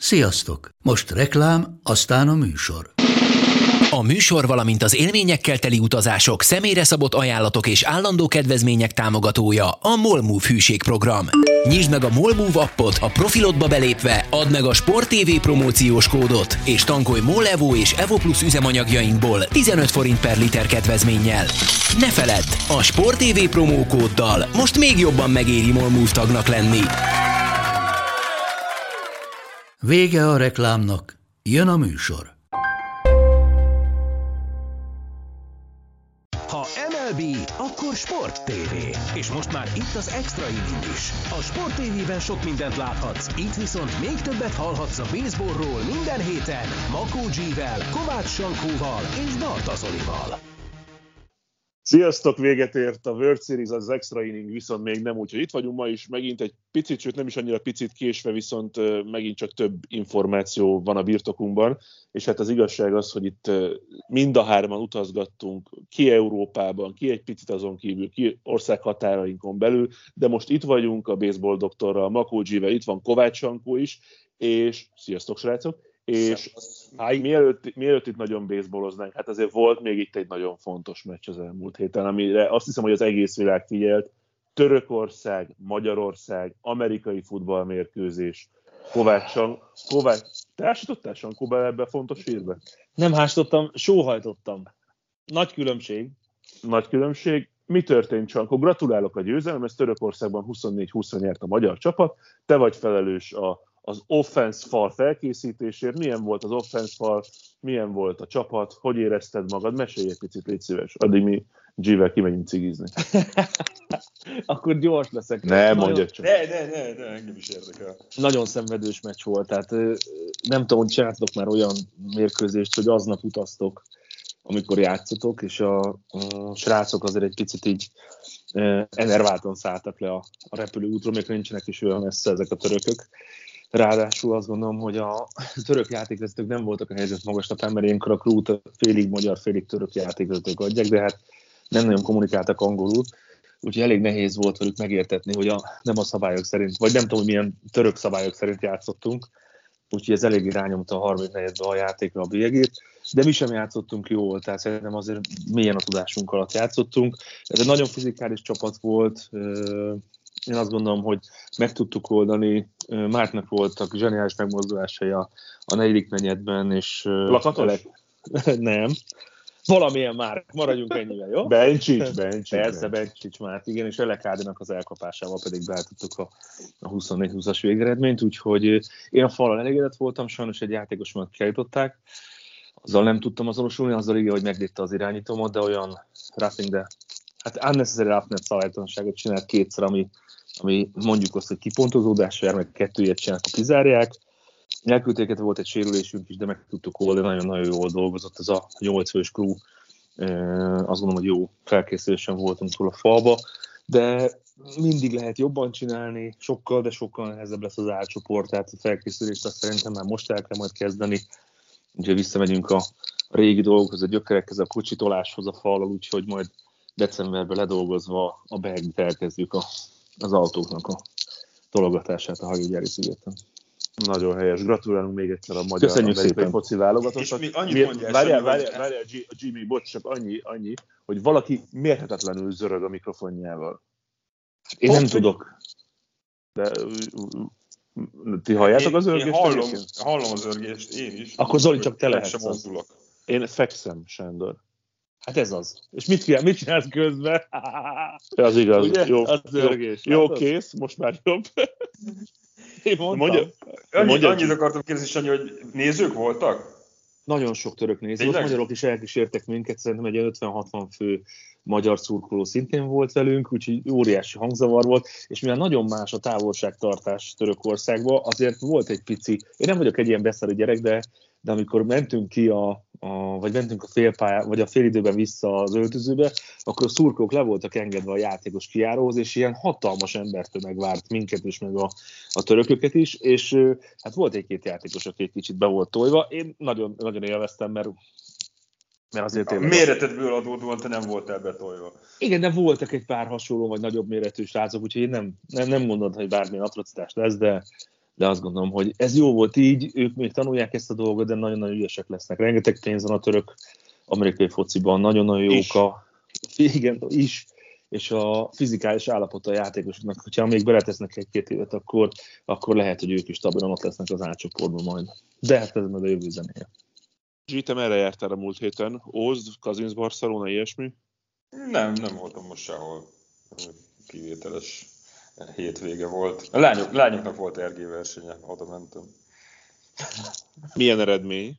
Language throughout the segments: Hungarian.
Sziasztok! Most reklám, aztán a műsor. A műsor, valamint az élményekkel teli utazások, személyre szabott ajánlatok és állandó kedvezmények támogatója a MOL Move hűségprogram. Nyisd meg a MOL Move appot, a profilodba belépve add meg a Sport TV promóciós kódot, és tankolj MOL Evo és Evo Plus üzemanyagjainkból 15 forint per liter kedvezménnyel. Ne feledd, a Sport TV promókóddal most még jobban megéri MOL Move tagnak lenni. Vége a reklámnak, jön a műsor. Ha MLB, akkor Sport TV. És most már itt az Extra Inning is. A Sport TV-ben sok mindent láthatsz, itt viszont még többet hallhatsz a baseballról minden héten Makó G-vel, Kovács Sankóval és Barta Zolival. Sziasztok, véget ért a World Series, az Extra Inning, viszont még nem, úgyhogy itt vagyunk ma is, megint egy picit, sőt nem is annyira picit késve, viszont megint csak több információ van a birtokunkban, és hát az igazság az, hogy itt mind a hárman utazgattunk, ki Európában, ki egy picit azon kívül, ki ország határainkon belül, de most itt vagyunk a baseball doktorral, Makó G-vel, itt van Kovács Sankó is, és sziasztok srácok! És mielőtt itt nagyon baseballoznánk, hát azért volt még itt egy nagyon fontos meccs az elmúlt héten, amire azt hiszem, hogy az egész világ figyelt. Törökország, Magyarország, amerikai futballmérkőzés. Kovács, te ásítottál Sankóba ebbe a fontos hírbe? Nem hásítottam, sóhajtottam. Nagy különbség. Nagy különbség. Mi történt, Sankó? Gratulálok a győzelemhez, Törökországban 24-20 nyert a magyar csapat. Te vagy felelős az offense fal felkészítésért. Milyen volt az offense fal, milyen volt a csapat, hogy érezted magad? Mesélj egy picit, légy szíves. Addig mi G-vel kimegyünk cigizni. Akkor gyors leszek. Ne, mondjad csak. Ne, engem is érdekel. Nagyon szenvedős meccs volt, tehát nem tudom, hogy csináltatok már olyan mérkőzést, hogy aznap utaztok, amikor játszotok, és a srácok azért egy picit így enerváltan szálltak le a repülőútról, még nincsenek is olyan messze ezek a törökök. Ráadásul azt gondolom, hogy a török játékvezetők nem voltak a helyzet magaslatán, mert ilyenkor a krút félig magyar, félig török játékvezetők adják, de hát nem nagyon kommunikáltak angolul, úgyhogy elég nehéz volt velük megértetni, hogy nem a szabályok szerint, vagy nem tudom, hogy milyen török szabályok szerint játszottunk, úgyhogy ez elég irányomta a 34-be a játékra a bélyegét, de mi sem játszottunk jól, tehát szerintem azért mélyen a tudásunk alatt játszottunk. Ez egy nagyon fizikális csapat volt, én azt gondolom, hogy meg tudtuk oldani, Márknak voltak zseniális megmozdulásai a negyedik negyedben, és... Lakatos? Nem. Valamilyen Márk, maradjunk ennyivel, jó? Bencsics. Persze, Bencsics Márk, igen, és Elekádinak az elkapásával pedig beálltottuk a 24-20-as végeredményt, úgyhogy én a fallal elégedett voltam, sajnos egy játékosomat kiállították, azzal nem tudtam azonosulni, azzal igen, hogy meglépte az irányítómat, de olyan roughing, de hát unnecessary roughness szabálytalanságot csinált kétszer, ami mondjuk azt, hogy kipontozódásra jár, meg kettőjét csinálnak, kizárják. Elküldték, volt egy sérülésünk is, de meg tudtuk oldani, nagyon-nagyon jól dolgozott ez a 8 fős crew. Azt gondolom, hogy jó felkészülésen voltunk túl a falba, de mindig lehet jobban csinálni, sokkal, de sokkal nehezebb lesz az átcsoport, tehát a felkészülést azt szerintem már most el kell majd kezdeni. Úgyhogy visszamegyünk a régi dolgokhoz, a gyökerekhez, a kocsitoláshoz a fallal, úgyhogy majd decemberben ledolgozva a behegbe elkezdjük az autóknak a tologatását a hajógyári szigeten. Nagyon helyes. Gratulálunk még egyszer a magyar amerikai foci válogatottnak. És annyit mondjál, várjál, Jimmy, bocs, csak annyi, hogy valaki mérhetetlenül zörög a mikrofonjával. Én nem tudok. De ti halljátok az örgést? Én hallom az örgést, én is. Akkor Zoli, csak te lehetsz az. Én fekszem, Sándor. Hát ez az. És mit csinálsz közben? Az igaz. Ugye? Jó, az örgés. Jó, kész, most már jobb. Én mondtam. Annyit akartam kérdezni, Sanyi, hogy nézők voltak? Nagyon sok török néző volt, magyarok is elkísértek minket, szerintem egy 50-60 fő magyar szurkoló szintén volt velünk, úgyhogy óriási hangzavar volt, és mivel nagyon más a távolságtartás Törökországba, azért volt egy pici, én nem vagyok egy ilyen beszélő gyerek, de amikor mentünk ki vagy mentünk a félpályán, vagy a félidőben vissza az öltözőbe, akkor a szurkolók le voltak engedve a játékos kijáróhoz, és ilyen hatalmas embertömeg várt minket is, meg a törököket is, és hát volt egy-két játékos, aki egy kicsit be volt tojva. Én nagyon, nagyon élveztem, mert azért a méretedből adódóan te nem voltál betolva. Igen, de voltak egy pár hasonló, vagy nagyobb méretű srácok, úgyhogy én nem mondod, hogy bármilyen atrocitás lesz, de de azt gondolom, hogy ez jó volt így, ők még tanulják ezt a dolgot, de nagyon-nagyon ügyesek lesznek. Rengeteg pénz van a török amerikai fociban, nagyon-nagyon jók igen, is, és a fizikális állapota a játékosoknak, hogyha még beletesznek egy-két évet, akkor lehet, hogy ők is stabilan ott lesznek az átcsoportban majd. De hát ez majd a jövő zenéje. Zsi, te merre jártál a múlt héten? Ózd, Kazinsz, Barcelona, ilyesmi? Nem voltam most sehol. Kivételes hétvége volt. A lányoknak volt RG versenye, oda mentem. Milyen eredmény?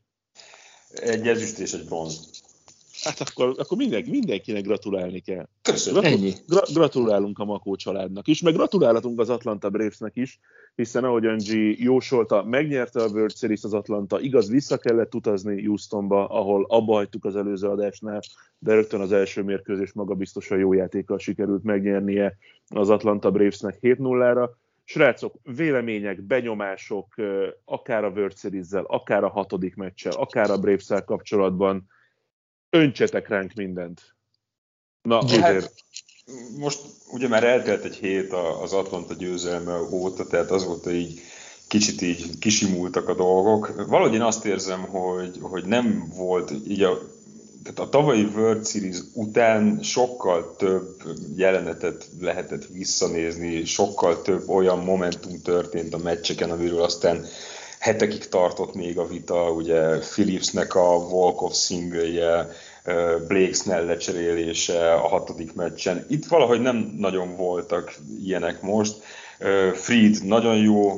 Egy ezüst és egy bronz. Hát akkor mindenkinek gratulálni kell. Köszönöm. Ennyi. Gratulálunk a Makó családnak is, meg gratulálhatunk az Atlanta Bravesnek is, hiszen ahogyan G jósolta, megnyerte a World Series az Atlanta, igaz, vissza kellett utazni Houstonba, ahol abba hagytuk az előző adásnál, de rögtön az első mérkőzés magabiztosan jó játékkal sikerült megnyernie az Atlanta Bravesnek 7-0-ra. Srácok, vélemények, benyomások, akár a World Series-zel, akár a 6. meccsel, akár a Braves-szel kapcsolatban, öntsetek ránk mindent. Na, hát, most ugye már eltelt egy hét az Atlanta győzelme óta, tehát azóta így kicsit így kisimultak a dolgok. Valahogy én azt érzem, hogy nem volt így tehát a tavalyi World Series után sokkal több jelenetet lehetett visszanézni, sokkal több olyan momentum történt a meccseken, amiről aztán hetekig tartott még a vita, ugye Phillipsnek a walk-off single-je, Blake Snell lecserélése a 6. meccsen. Itt valahogy nem nagyon voltak ilyenek most. Fried nagyon jó,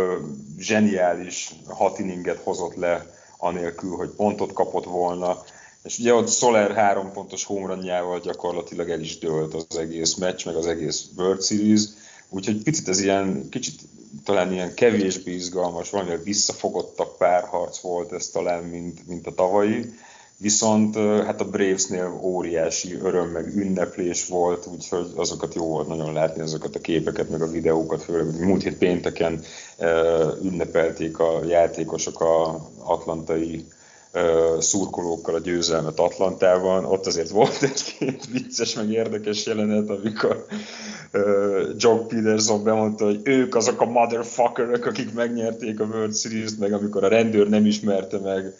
zseniális 6 inninget hozott le, anélkül, hogy pontot kapott volna. És ugye ott Soler 3 pontos home-runjával gyakorlatilag el is dőlt az egész meccs, meg az egész World Series. Úgyhogy picit ez ilyen, kicsit talán ilyen kevésbé izgalmas, valamivel visszafogottabb párharc volt ez talán, mint a tavalyi. Viszont hát a Bravesnél óriási öröm meg ünneplés volt, úgyhogy azokat jó volt nagyon látni, azokat a képeket, meg a videókat, főleg múlt hét pénteken ünnepelték a játékosok az atlantai szurkolókkal a győzelmet Atlantában. Ott azért volt egy-két vicces, meg érdekes jelenet, amikor Jock Peterson bemondta, hogy ők azok a motherfuckerök, akik megnyerték a World Series-t, meg amikor a rendőr nem ismerte meg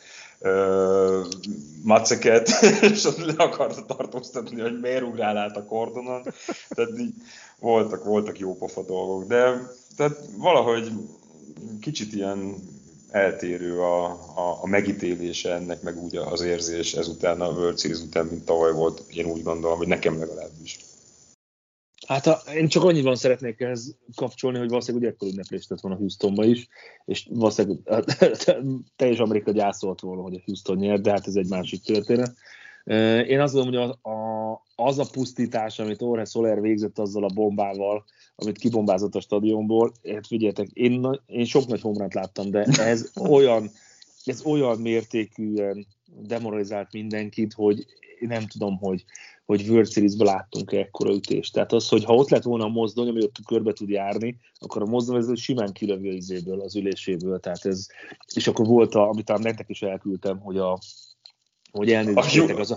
Maceket, és ott le akarta tartóztatni, hogy miért ugrál át a kordonon. Tehát így voltak jó pofa dolgok, de tehát valahogy kicsit ilyen eltérő a megítélése ennek, meg úgy az érzés ezután, a World Series után, mint tavaly volt, én úgy gondolom, hogy nekem legalábbis. Hát én csak annyiban szeretnék ehhez kapcsolni, hogy valószínűleg ugye ekkor ünneplést lett volna Houstonba is, és valószínűleg teljes Amerika gyászolt volna, hogy a Houston nyert, de hát ez egy másik történet. Én azt gondolom, hogy az a pusztítás, amit Jorge Soler végzett azzal a bombával, amit kibombázott a stadionból, hát figyeljetek, én sok nagy homránt láttam, de ez olyan mértékűen demoralizált mindenkit, hogy nem tudom, hogy World Series-ben láttunk ekkora ütést. Tehát az, hogy ha ott lett volna a mozdony, ami ott körbe tud járni, akkor a mozdony ez simán kilövi az üléséből. Tehát ez, és akkor volt, amit talán nektek is elküldtem, hogy elnézést az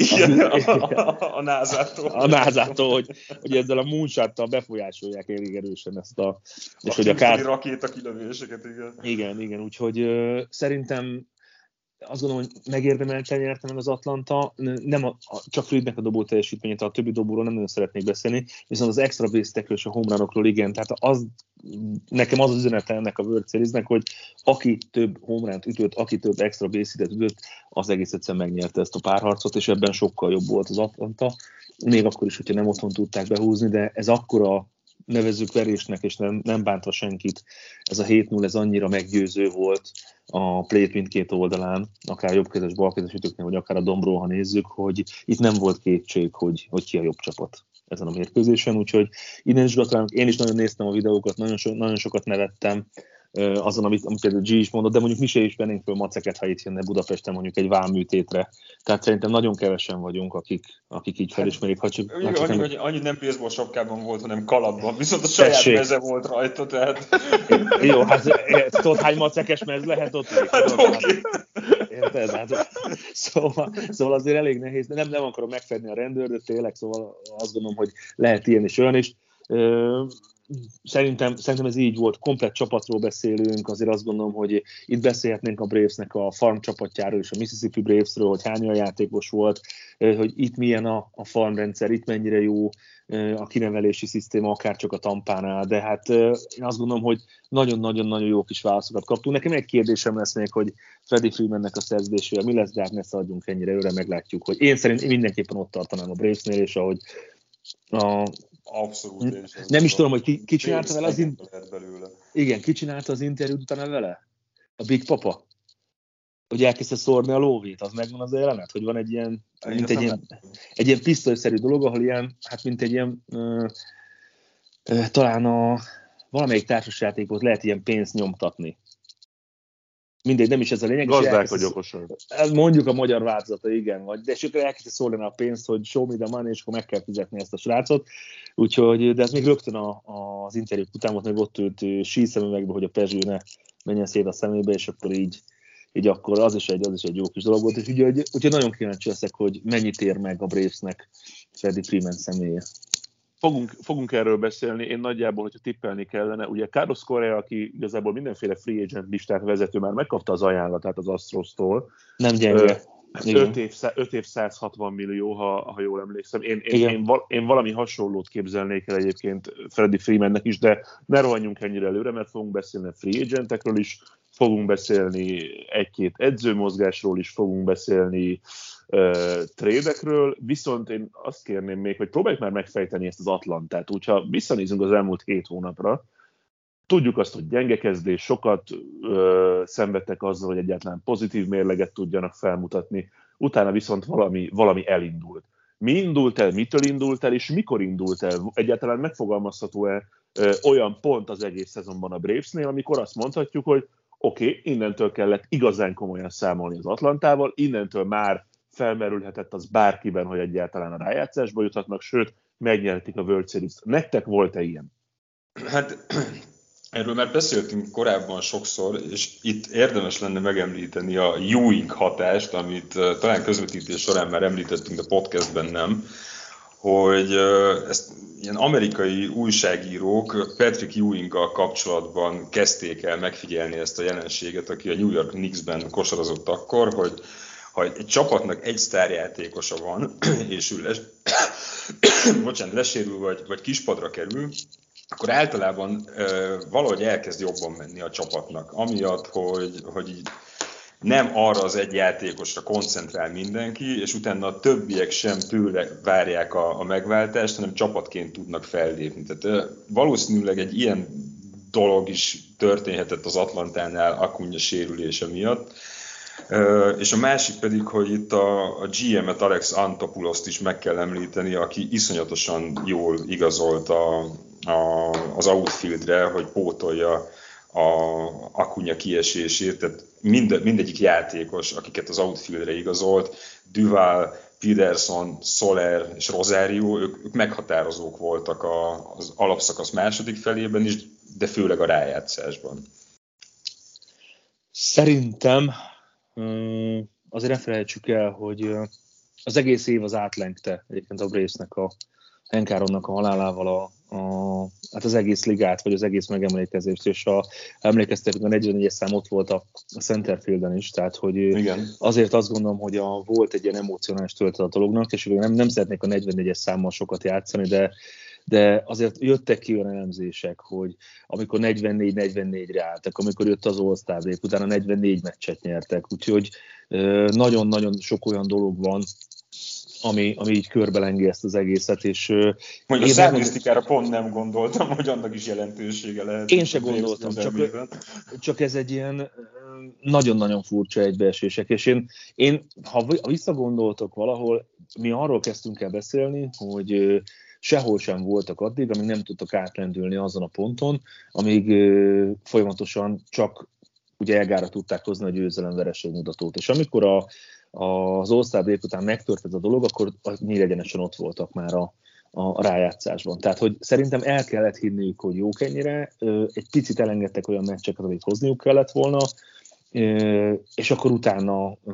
a NASA-tól. A NASA-tól, hogy ezzel a moonshot-tal befolyásolják elég erősen ezt a... És hogy a rakéta kilövéseket, igen. Igen, úgyhogy szerintem azt gondolom, hogy megérdemelten nyerte meg az Atlanta, nem csak Friednek a dobó teljesítményét, a többi dobóról nem nagyon szeretnék beszélni, viszont az extra base-tekről és a home runokról igen, tehát nekem az üzenete ennek a World Series-nek, hogy aki több home runt ütött, aki több extra base-et ütött, az egész egyszerűen megnyerte ezt a párharcot, és ebben sokkal jobb volt az Atlanta, még akkor is, hogyha nem otthon tudták behúzni, de ez akkora nevezzük verésnek, és nem bántva senkit, ez a 7-0, ez annyira meggyőző volt a plate mindkét oldalán, akár jobbkezes, balkezes ütőknél, vagy akár a dombról, ha nézzük, hogy itt nem volt kétség, hogy ki a jobb csapat ezen a mérkőzésen, úgyhogy innen is gratulálok, én is nagyon néztem a videókat, nagyon sokat nevettem azon, amit például G is mondott, de mondjuk mi se is vennénk föl Maceket, ha itt jönne Budapesten mondjuk egy vámműtétre. Tehát szerintem nagyon kevesen vagyunk, akik így felismerik. Annyi nem baseball sapkában volt, hanem kalapban, viszont a saját meze volt rajta, tehát... Jó, hát tudod, hány macekes mez lehet ott? Hát oké. Érted? Hát, szóval azért elég nehéz, de nem akarom megfedni a rendőrt, tényleg, szóval azt gondolom, hogy lehet ilyen és olyan is. szerintem ez így volt, komplett csapatról beszélünk, azért azt gondolom, hogy itt beszélhetnénk a Bravesnek a farm csapatjáról és a Mississippi Bravesről, hogy hány játékos volt, hogy itt milyen a farmrendszer, itt mennyire jó a kinevelési szisztéma, akár csak a Tampánál, de hát én azt gondolom, hogy nagyon-nagyon-nagyon jó kis válaszokat kaptunk. Nekem egy kérdésem lesz még, hogy Freddie Freemannek a szerződésével mi lesz, de hát ne szaladjunk ennyire előre, meglátjuk, hogy én szerintem mindenképpen ott tartanám a Bravesnél, és ahogy abszolút. Nem is tudom, hogy ki csinálta vele az Igen, ki csinálta az interjút utána vele? A Big Papa? Hogy elkezdte szórni a lóvét, az megvan az a jelenet, hogy van egy ilyen, mint egy ilyen pisztolyszerű dolog, ahol ilyen, hát mint egy ilyen, talán valamelyik társasjátékot lehet ilyen pénzt nyomtatni. Mindegy, nem is ez a lényeg. Gazdák vagy okosak. Mondjuk a magyar változata, igen. De és akkor elkezdte szólni a pénzt, hogy show me the money, és akkor meg kell fizetni ezt a srácot. Úgyhogy, de ez még rögtön az interjúk után volt, meg ott ült síszemüvegbe, hogy a Pezső ne menjen szét a szemébe, és akkor így akkor az is egy jó kis dolog volt. És úgyhogy nagyon kíváncsi leszek, hogy mennyit ér meg a Bravesnek Freddie Freeman személye. Fogunk erről beszélni. Én nagyjából, hogyha tippelni kellene, ugye Carlos Correa, aki igazából mindenféle free agent listát vezető, már megkapta az ajánlatát az Astros-tól. Nem gyenge. 5 év 160 millió, ha jól emlékszem. Én valami hasonlót képzelnék el egyébként Freddie Freemannek is, de ne rohanjunk ennyire előre, mert fogunk beszélni a free agentekről is, fogunk beszélni egy-két edzőmozgásról is, fogunk beszélni trédekről, viszont én azt kérném még, hogy próbáljuk már megfejteni ezt az Atlantát. Úgyha visszanézünk az elmúlt 7 hónapra, tudjuk azt, hogy gyenge kezdés, sokat szenvedtek azzal, hogy egyáltalán pozitív mérleget tudjanak felmutatni, utána viszont valami elindult. Mi indult el, mitől indult el, és mikor indult el? Egyáltalán megfogalmazható-e olyan pont az egész szezonban a Bravesnél, amikor azt mondhatjuk, hogy oké, innentől kellett igazán komolyan számolni az Atlantával, innentől már felmerülhetett az bárkiben, hogy egyáltalán a rájátszásba juthatnak, sőt, megnyertik a World Series-t. Nektek volt-e ilyen? Hát erről már beszéltünk korábban sokszor, és itt érdemes lenne megemlíteni a Ewing hatást, amit talán közvetítés során már említettünk, de podcastben nem, hogy ezt ilyen amerikai újságírók Patrick Ewinggal kapcsolatban kezdték el megfigyelni ezt a jelenséget, aki a New York Knicksben kosarazott akkor, hogy ha egy csapatnak egy sztárjátékosa van, és ő lesérül, vagy kispadra kerül, akkor általában valahogy elkezd jobban menni a csapatnak. Amiatt, hogy így nem arra az egy játékosra koncentrál mindenki, és utána a többiek sem tőle várják a megváltást, hanem csapatként tudnak fellépni. Tehát valószínűleg egy ilyen dolog is történhetett az Atlantánál Acuna sérülése miatt. És a másik pedig, hogy itt a GM-et, Alex Antopoulos-t is meg kell említeni, aki iszonyatosan jól igazolt az outfieldre, hogy pótolja a Acuna kiesését, tehát mindegyik játékos, akiket az outfieldre igazolt, Duval, Peterson, Soler és Rosario, ők meghatározók voltak az alapszakasz második felében is, de főleg a rájátszásban. Szerintem azért ne felejtsük el, hogy az egész év az átlengte egyébként a Bravesnek, a Hank Aaronnak a halálával hát az egész ligát, vagy az egész megemlékezést, és emlékeztetünk, a 44-es szám ott volt a centerfielden is, tehát hogy igen. Azért azt gondolom, hogy volt egy ilyen emocionális töltet a dolognak, és nem szeretnék a 44-es számmal sokat játszani, de azért jöttek ki olyan elemzések, hogy amikor 44-44-re álltak, amikor jött az All-Star Break, utána 44 meccset nyertek, úgyhogy nagyon-nagyon sok olyan dolog van, ami így körbelengi ezt az egészet, és hogy a számlisztikára pont nem gondoltam, hogy annak is jelentősége lehet. Én se gondoltam, csak ez egy ilyen nagyon-nagyon furcsa egybeesések, és én ha visszagondoltok valahol, mi arról kezdtünk el beszélni, hogy sehol sem voltak addig, amíg nem tudtak átlendülni azon a ponton, amíg folyamatosan csak ugye elgára tudták hozni a győzelem-vereségmutatót. És amikor az All-Star Break után megtört ez a dolog, akkor nyíregyenesen ott voltak már a rájátszásban. Tehát, hogy szerintem el kellett hinniük, hogy jók ennyire, egy picit elengedtek olyan meccseket, amit hozniuk kellett volna, és akkor utána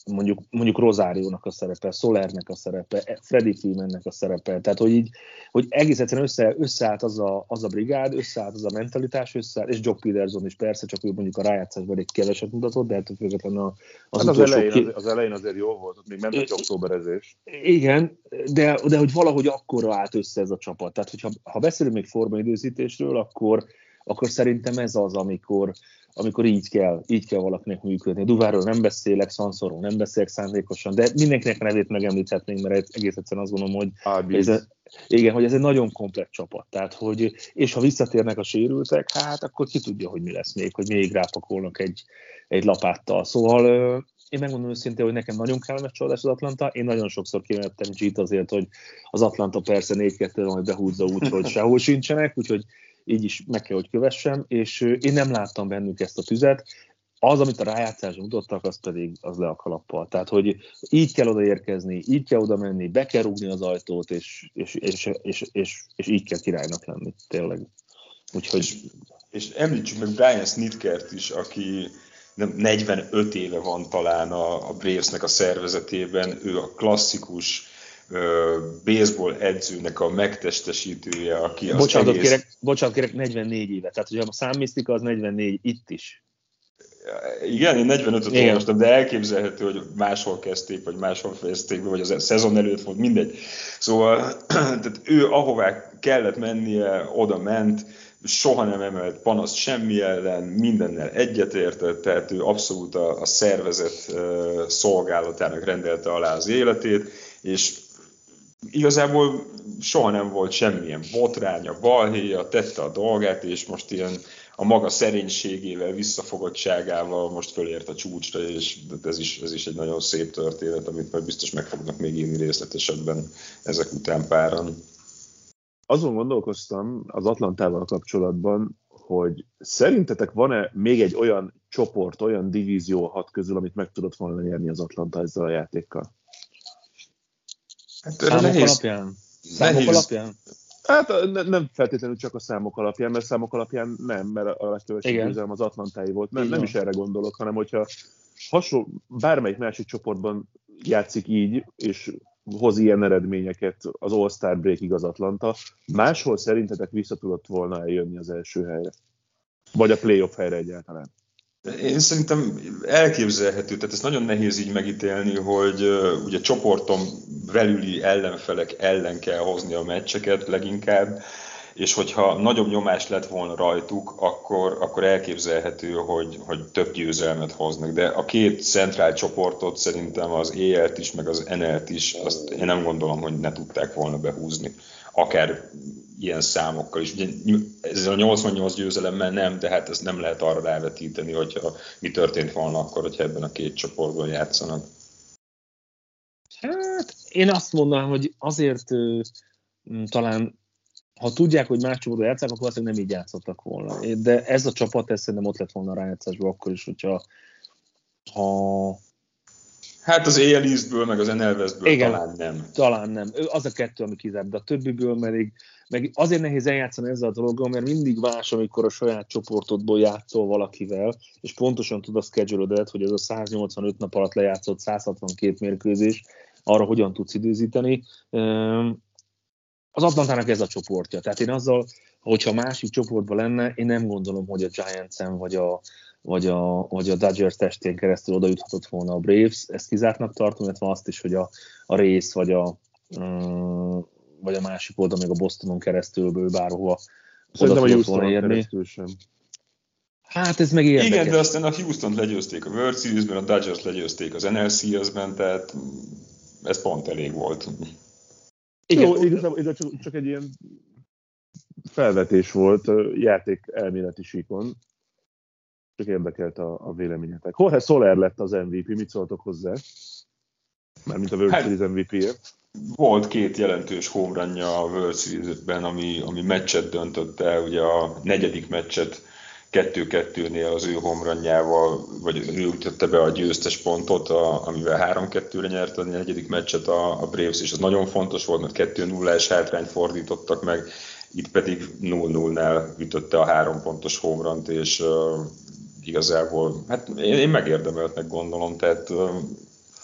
mondjuk Rosario-nak a szerepe, Solernek a szerepe, Freddie Freemannek a szerepe, tehát hogy egész egyszerűen összeállt az a brigád, összeállt az a mentalitás, összeállt, és Jock Peterson is persze, csak ő mondjuk a rájátszásban egy keveset mutatott, de ettől függetlenül az elején azért jó volt, ott még ment egy októberezés. Igen, de hogy valahogy akkorra állt össze ez a csapat. Tehát, hogyha beszélünk még formaidőzítésről, akkor szerintem ez az, amikor így kell valakinek működni. Duváról nem beszélek, Sansorról nem beszélek szándékosan, de mindenkinek a nevét megemlíthetnénk, mert egész egyszerűen azt gondolom, hogy ez egy nagyon komplett csapat. Tehát, és ha visszatérnek a sérültek, hát akkor ki tudja, hogy mi lesz még, hogy még rápakolnak egy lapáttal. Szóval én megmondom őszintén, hogy nekem nagyon kellemes csalódás az Atlanta. Én nagyon sokszor kimentem G-t azért, hogy az Atlanta persze 4-2-re majd behúzza úgy, hogy sehol sincsenek, úgyhogy így is meg kell, hogy kövessem, és én nem láttam bennük ezt a tüzet. Az, amit a rájátszásban mutattak, az pedig az le a kalappal. Tehát, hogy így kell odaérkezni, így kell oda menni, be kell rúgni az ajtót, és így kell királynak lenni, tényleg. Úgyhogy... És említsük meg Brian Snitkert is, aki 45 éve van talán a Bravesnek a szervezetében, ő a klasszikus baseball edzőnek a megtestesítője, aki az Bocsánat, kérek, 44 éve. Tehát, hogyha a számmisztika az 44 itt is. Igen, én 45-öt olvastam, de elképzelhető, hogy máshol kezdték, vagy máshol fejezték be, vagy a szezon előtt volt, mindegy. Szóval tehát ő ahová kellett mennie, oda ment, soha nem emelt panaszt semmi ellen, mindennel egyetértett, tehát ő abszolút a szervezet szolgálatának rendelte alá az életét, és igazából soha nem volt semmilyen botránya, balhéja, tette a dolgát, és most ilyen a maga szerénységével, visszafogottságával most fölért a csúcsra, és ez is egy nagyon szép történet, amit majd biztos meg fognak még írni részletesebben ezek után páran. Azon gondolkoztam az Atlantával kapcsolatban, hogy szerintetek van-e még egy olyan csoport, olyan divízió a 6 közül, amit meg tudott volna nyerni az Atlanta ezzel a játékkal? Hát, Számok alapján? Hát nem feltétlenül csak a számok alapján, mert számok alapján nem, mert a legkövesebb győzelem az Atlantái volt. Nem is erre gondolok, hanem hogyha bármelyik másik csoportban játszik így, és hoz ilyen eredményeket az All-Star breakig az Atlanta, máshol szerintetek vissza tudott volna eljönni az első helyre? Vagy a playoff helyre egyáltalán? Én szerintem elképzelhető, tehát ez nagyon nehéz így megítélni, hogy ugye csoporton belüli ellenfelek ellen kell hozni a meccseket leginkább, és hogyha nagyobb nyomás lett volna rajtuk, akkor elképzelhető, hogy több győzelmet hoznak. De a két centrál csoportot szerintem az EL-t is, meg az NL-t is, azt én nem gondolom, hogy ne tudták volna behúzni. Akár ilyen számokkal is. Ugye ezzel a 88 győzelemmel nem, de hát ezt nem lehet arra rávetíteni, hogyha mi történt volna akkor, hogyha ebben a két csoportban játszanak. Hát én azt mondanám, hogy azért talán ha tudják, hogy más csoportban játszanak, akkor valószínűleg nem így játszottak volna. De ez a csapat, ez szerintem ott lett volna a rájátszásban akkor is, hogyha Hát az AL Eastből, meg az NL Westből talán nem. Talán nem. Az a kettő, ami kizárt, de a többiből meg azért nehéz eljátszani ezzel a dologgal, mert mindig más, amikor a saját csoportodból játszol valakivel, és pontosan tud a schedule-odet, hogy ez a 185 nap alatt lejátszott 162 mérkőzés, arra hogyan tudsz időzíteni. Az Atlantának ez a csoportja. Tehát én azzal, hogyha másik csoportban lenne, én nem gondolom, hogy a Giants-en vagy a Dodgers testén keresztül oda juthatott volna a Braves. Ezt kizártnak tartom, illetve azt is, hogy a Rays vagy a másik oldal, még a Bostonon keresztül bárhova oda tudott volna érni. Hát ez meg érdekes. Igen, de aztán a Houston legyőzték a World Series-ben, a Dodgers legyőzték az NLCS-ben, tehát ez pont elég volt. Igen, jó, igazából csak egy ilyen felvetés volt játék elméleti síkon. Csak érdekelt a véleményetek. Jorge Soler lett az MVP, mit szóltok hozzá? Mármint a World Series MVP-je. Volt két jelentős home runja a World Series-ben, ami meccset döntött el, ugye a negyedik meccset 2-2-nél az ő home runjával, vagy ő ütötte be a győztes pontot, amivel 3-2-re nyerte a negyedik meccset a Braves, és ez nagyon fontos volt, mert 2-0-es hátrányt fordítottak meg, itt pedig 0-0-nál ütötte a 3 pontos home runt, és igazából, hát én megérdemeltnek gondolom, tehát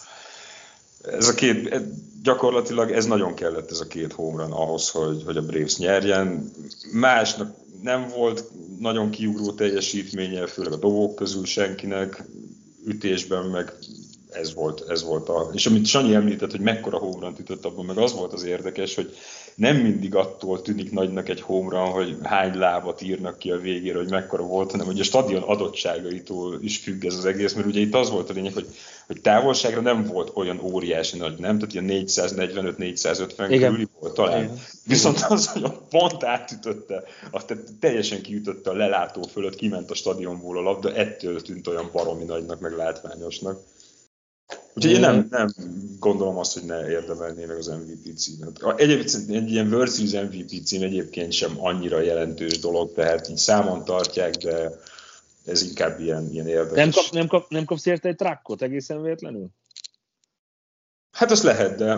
Gyakorlatilag ez nagyon kellett, ez a két home run ahhoz, hogy a Braves nyerjen. Másnak nem volt nagyon kiugró teljesítménye, főleg a dobók közül senkinek, ütésben meg ez volt és amit Sanyi említett, hogy mekkora home run-t ütött, abban meg az volt az érdekes, hogy nem mindig attól tűnik nagynak egy home run, hogy hány lábat írnak ki a végére, hogy mekkora volt, hanem hogy a stadion adottságaitól is függ ez az egész, mert ugye itt az volt a lényeg, hogy távolságra nem volt olyan óriási nagy, nem? Tehát ilyen 445-450 körüli volt talán. Igen. Viszont az, hogy a pont átütötte, azt teljesen kiütötte a lelátó fölött, kiment a stadionból a labda, ettől tűnt olyan baromi nagynak, meg látványosnak. Úgyhogy én nem gondolom azt, hogy ne érdemelné meg az MVP címet. Egyébként egy ilyen World Series MVP cím egyébként sem annyira jelentős dolog, tehát így számon tartják, de ez inkább ilyen érdekes. Nem kapsz érte egy trakkot egészen véletlenül? Hát azt lehet, de...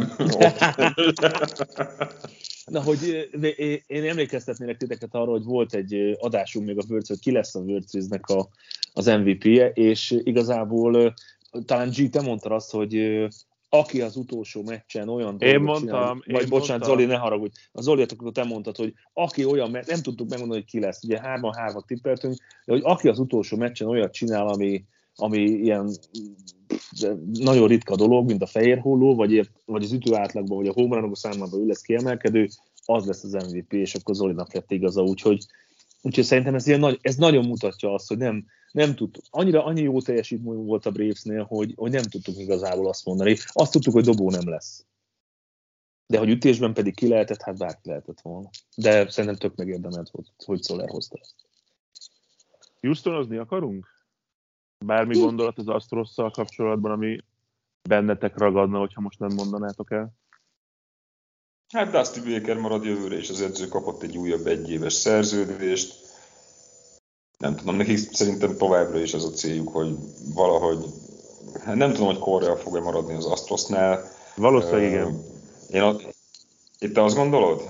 Na, hogy én emlékeztetnélek titeket arra, hogy volt egy adásunk még a World Series, hogy ki lesz a World Series-nek az MVP-je, és igazából talán G, te mondtad azt, hogy aki az utolsó meccsen olyan dolgot csinál, vagy bocsánat, Zoli, ne haragudj, a Zoli, akkor te mondtad, hogy aki olyan, nem tudtuk megmondani, hogy ki lesz, ugye 3-3 tippeltünk, de hogy aki az utolsó meccsen olyat csinál, ami ilyen nagyon ritka dolog, mint a fehér holló, vagy az ütő átlagban, vagy a home run-ok számában ő lesz kiemelkedő, az lesz az MVP, és akkor Zolinak lett igaza, úgyhogy szerintem ez nagyon mutatja azt, hogy nem tudtuk. Annyi jó teljesítmény volt a Bravesnél, hogy nem tudtuk igazából azt mondani. Azt tudtuk, hogy dobó nem lesz. De hogy ütésben pedig ki lehetett, hát bárki lehetett volna. De szerintem tök megérdemelt volt, hogy Soler hozta ezt. Houstonozni akarunk? Bármi gondolat az Astrosszal kapcsolatban, ami bennetek ragadna, hogyha most nem mondanátok el? Hát Dusty Baker marad jövőre, és az edző kapott egy újabb egyéves szerződést. Nem tudom, nekik szerintem továbbra is az a céljuk, hogy valahogy, hát nem tudom, hogy Correa fog-e maradni az Astrosnál. Valószínűleg igen. Itt te azt gondolod?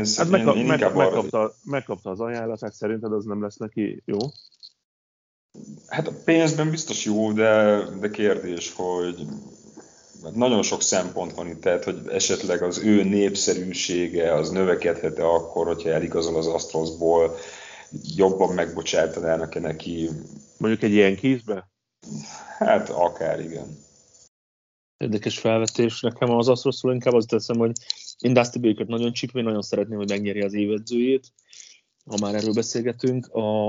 Megkapta az ajánlatát, szerinted az nem lesz neki jó? Hát a pénzben biztos jó, de kérdés, hogy nagyon sok szempont van itt, tehát hogy esetleg az ő népszerűsége az növekedhet-e akkor, hogyha eligazol az Astrosból, jobban megbocsátanának-e neki. Mondjuk egy ilyen kézbe? Hát akár, igen. Érdekes felvetés. Nekem az Astrosról inkább azt teszem, hogy én Dusty Bakert nagyon csípem, nagyon szeretném, hogy megnyeri az évedzőjét, ha már erről beszélgetünk.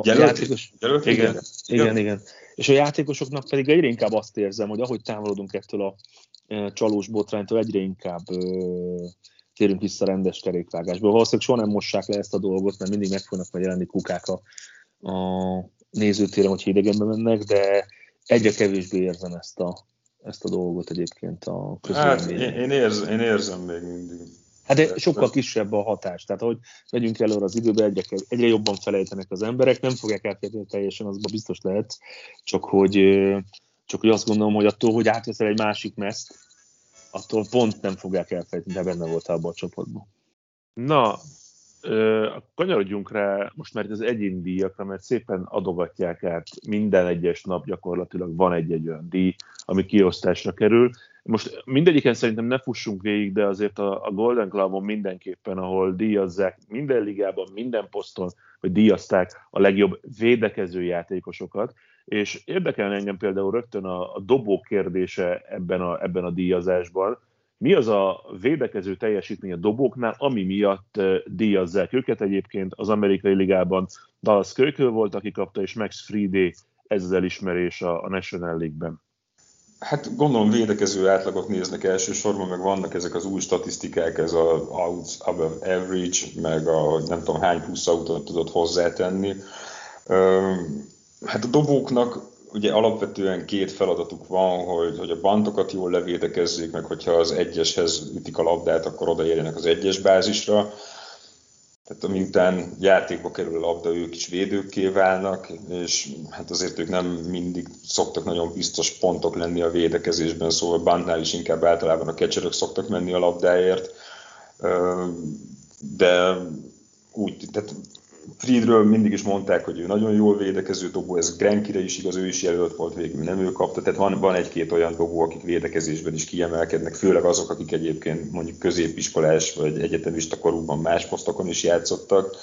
Igen. És a játékosoknak pedig egyre inkább azt érzem, hogy ahogy távolodunk ettől a csalós botránytól, egyre inkább térünk vissza rendes kerékvágásból. Valószínűleg soha nem mossák le ezt a dolgot, mert mindig meg fognak majd jelenni kukák a nézőtéren, hogy idegenbe mennek, de egyre kevésbé érzem ezt a dolgot egyébként a közvéleményben. Hát én érzem még mindig. Hát de sokkal kisebb a hatás. Tehát ahogy megyünk előre az időbe, egyre jobban felejtenek az emberek, nem fogják elfelejteni teljesen, azban biztos lehet, csak hogy azt gondolom, hogy attól, hogy átveszel egy másik mezt, attól pont nem fogják elfelejteni, de benne volt abban a csoportban. Na, kanyarodjunk rá most már az egyéni díjakra, mert szépen adogatják át minden egyes nap gyakorlatilag van egy olyan díj, ami kiosztásra kerül. Most mindegyiken szerintem ne fussunk végig, de azért a Golden Glove-on mindenképpen, ahol díjazzák minden ligában, minden poszton, hogy díjazták a legjobb védekező játékosokat, és érdekelne engem például rögtön a dobó kérdése ebben a díjazásban. Mi az a védekező teljesítmény a dobóknál, ami miatt díjazzák őket? Egyébként az amerikai ligában Dallas Keuchel volt, aki kapta, és Max Fried, ez az elismerés a National League-ben. Hát gondolom védekező átlagot néznek elsősorban, meg vannak ezek az új statisztikák, ez a outs above average, meg a nem tudom hány plusz outot tudod hozzátenni. Hát a dobóknak ugye alapvetően két feladatuk van, hogy a bantokat jól levédekezzék, meg hogyha az egyeshez ütik a labdát, akkor odaérjenek az egyes bázisra. Tehát miután játékba kerül a labda, ők is védőkké válnak, és hát azért ők nem mindig szoktak nagyon biztos pontok lenni a védekezésben, szóval bantnál is inkább általában a catcherök szoktak menni a labdáért, de úgy, tehát Friedről mindig is mondták, hogy ő nagyon jól védekező dobó, ez Greinke-re is igaz, ő is jelölt volt, végül nem ő kapta, tehát van egy-két olyan dobó, akik védekezésben is kiemelkednek, főleg azok, akik egyébként mondjuk középiskolás vagy egyetemista korúban más posztokon is játszottak.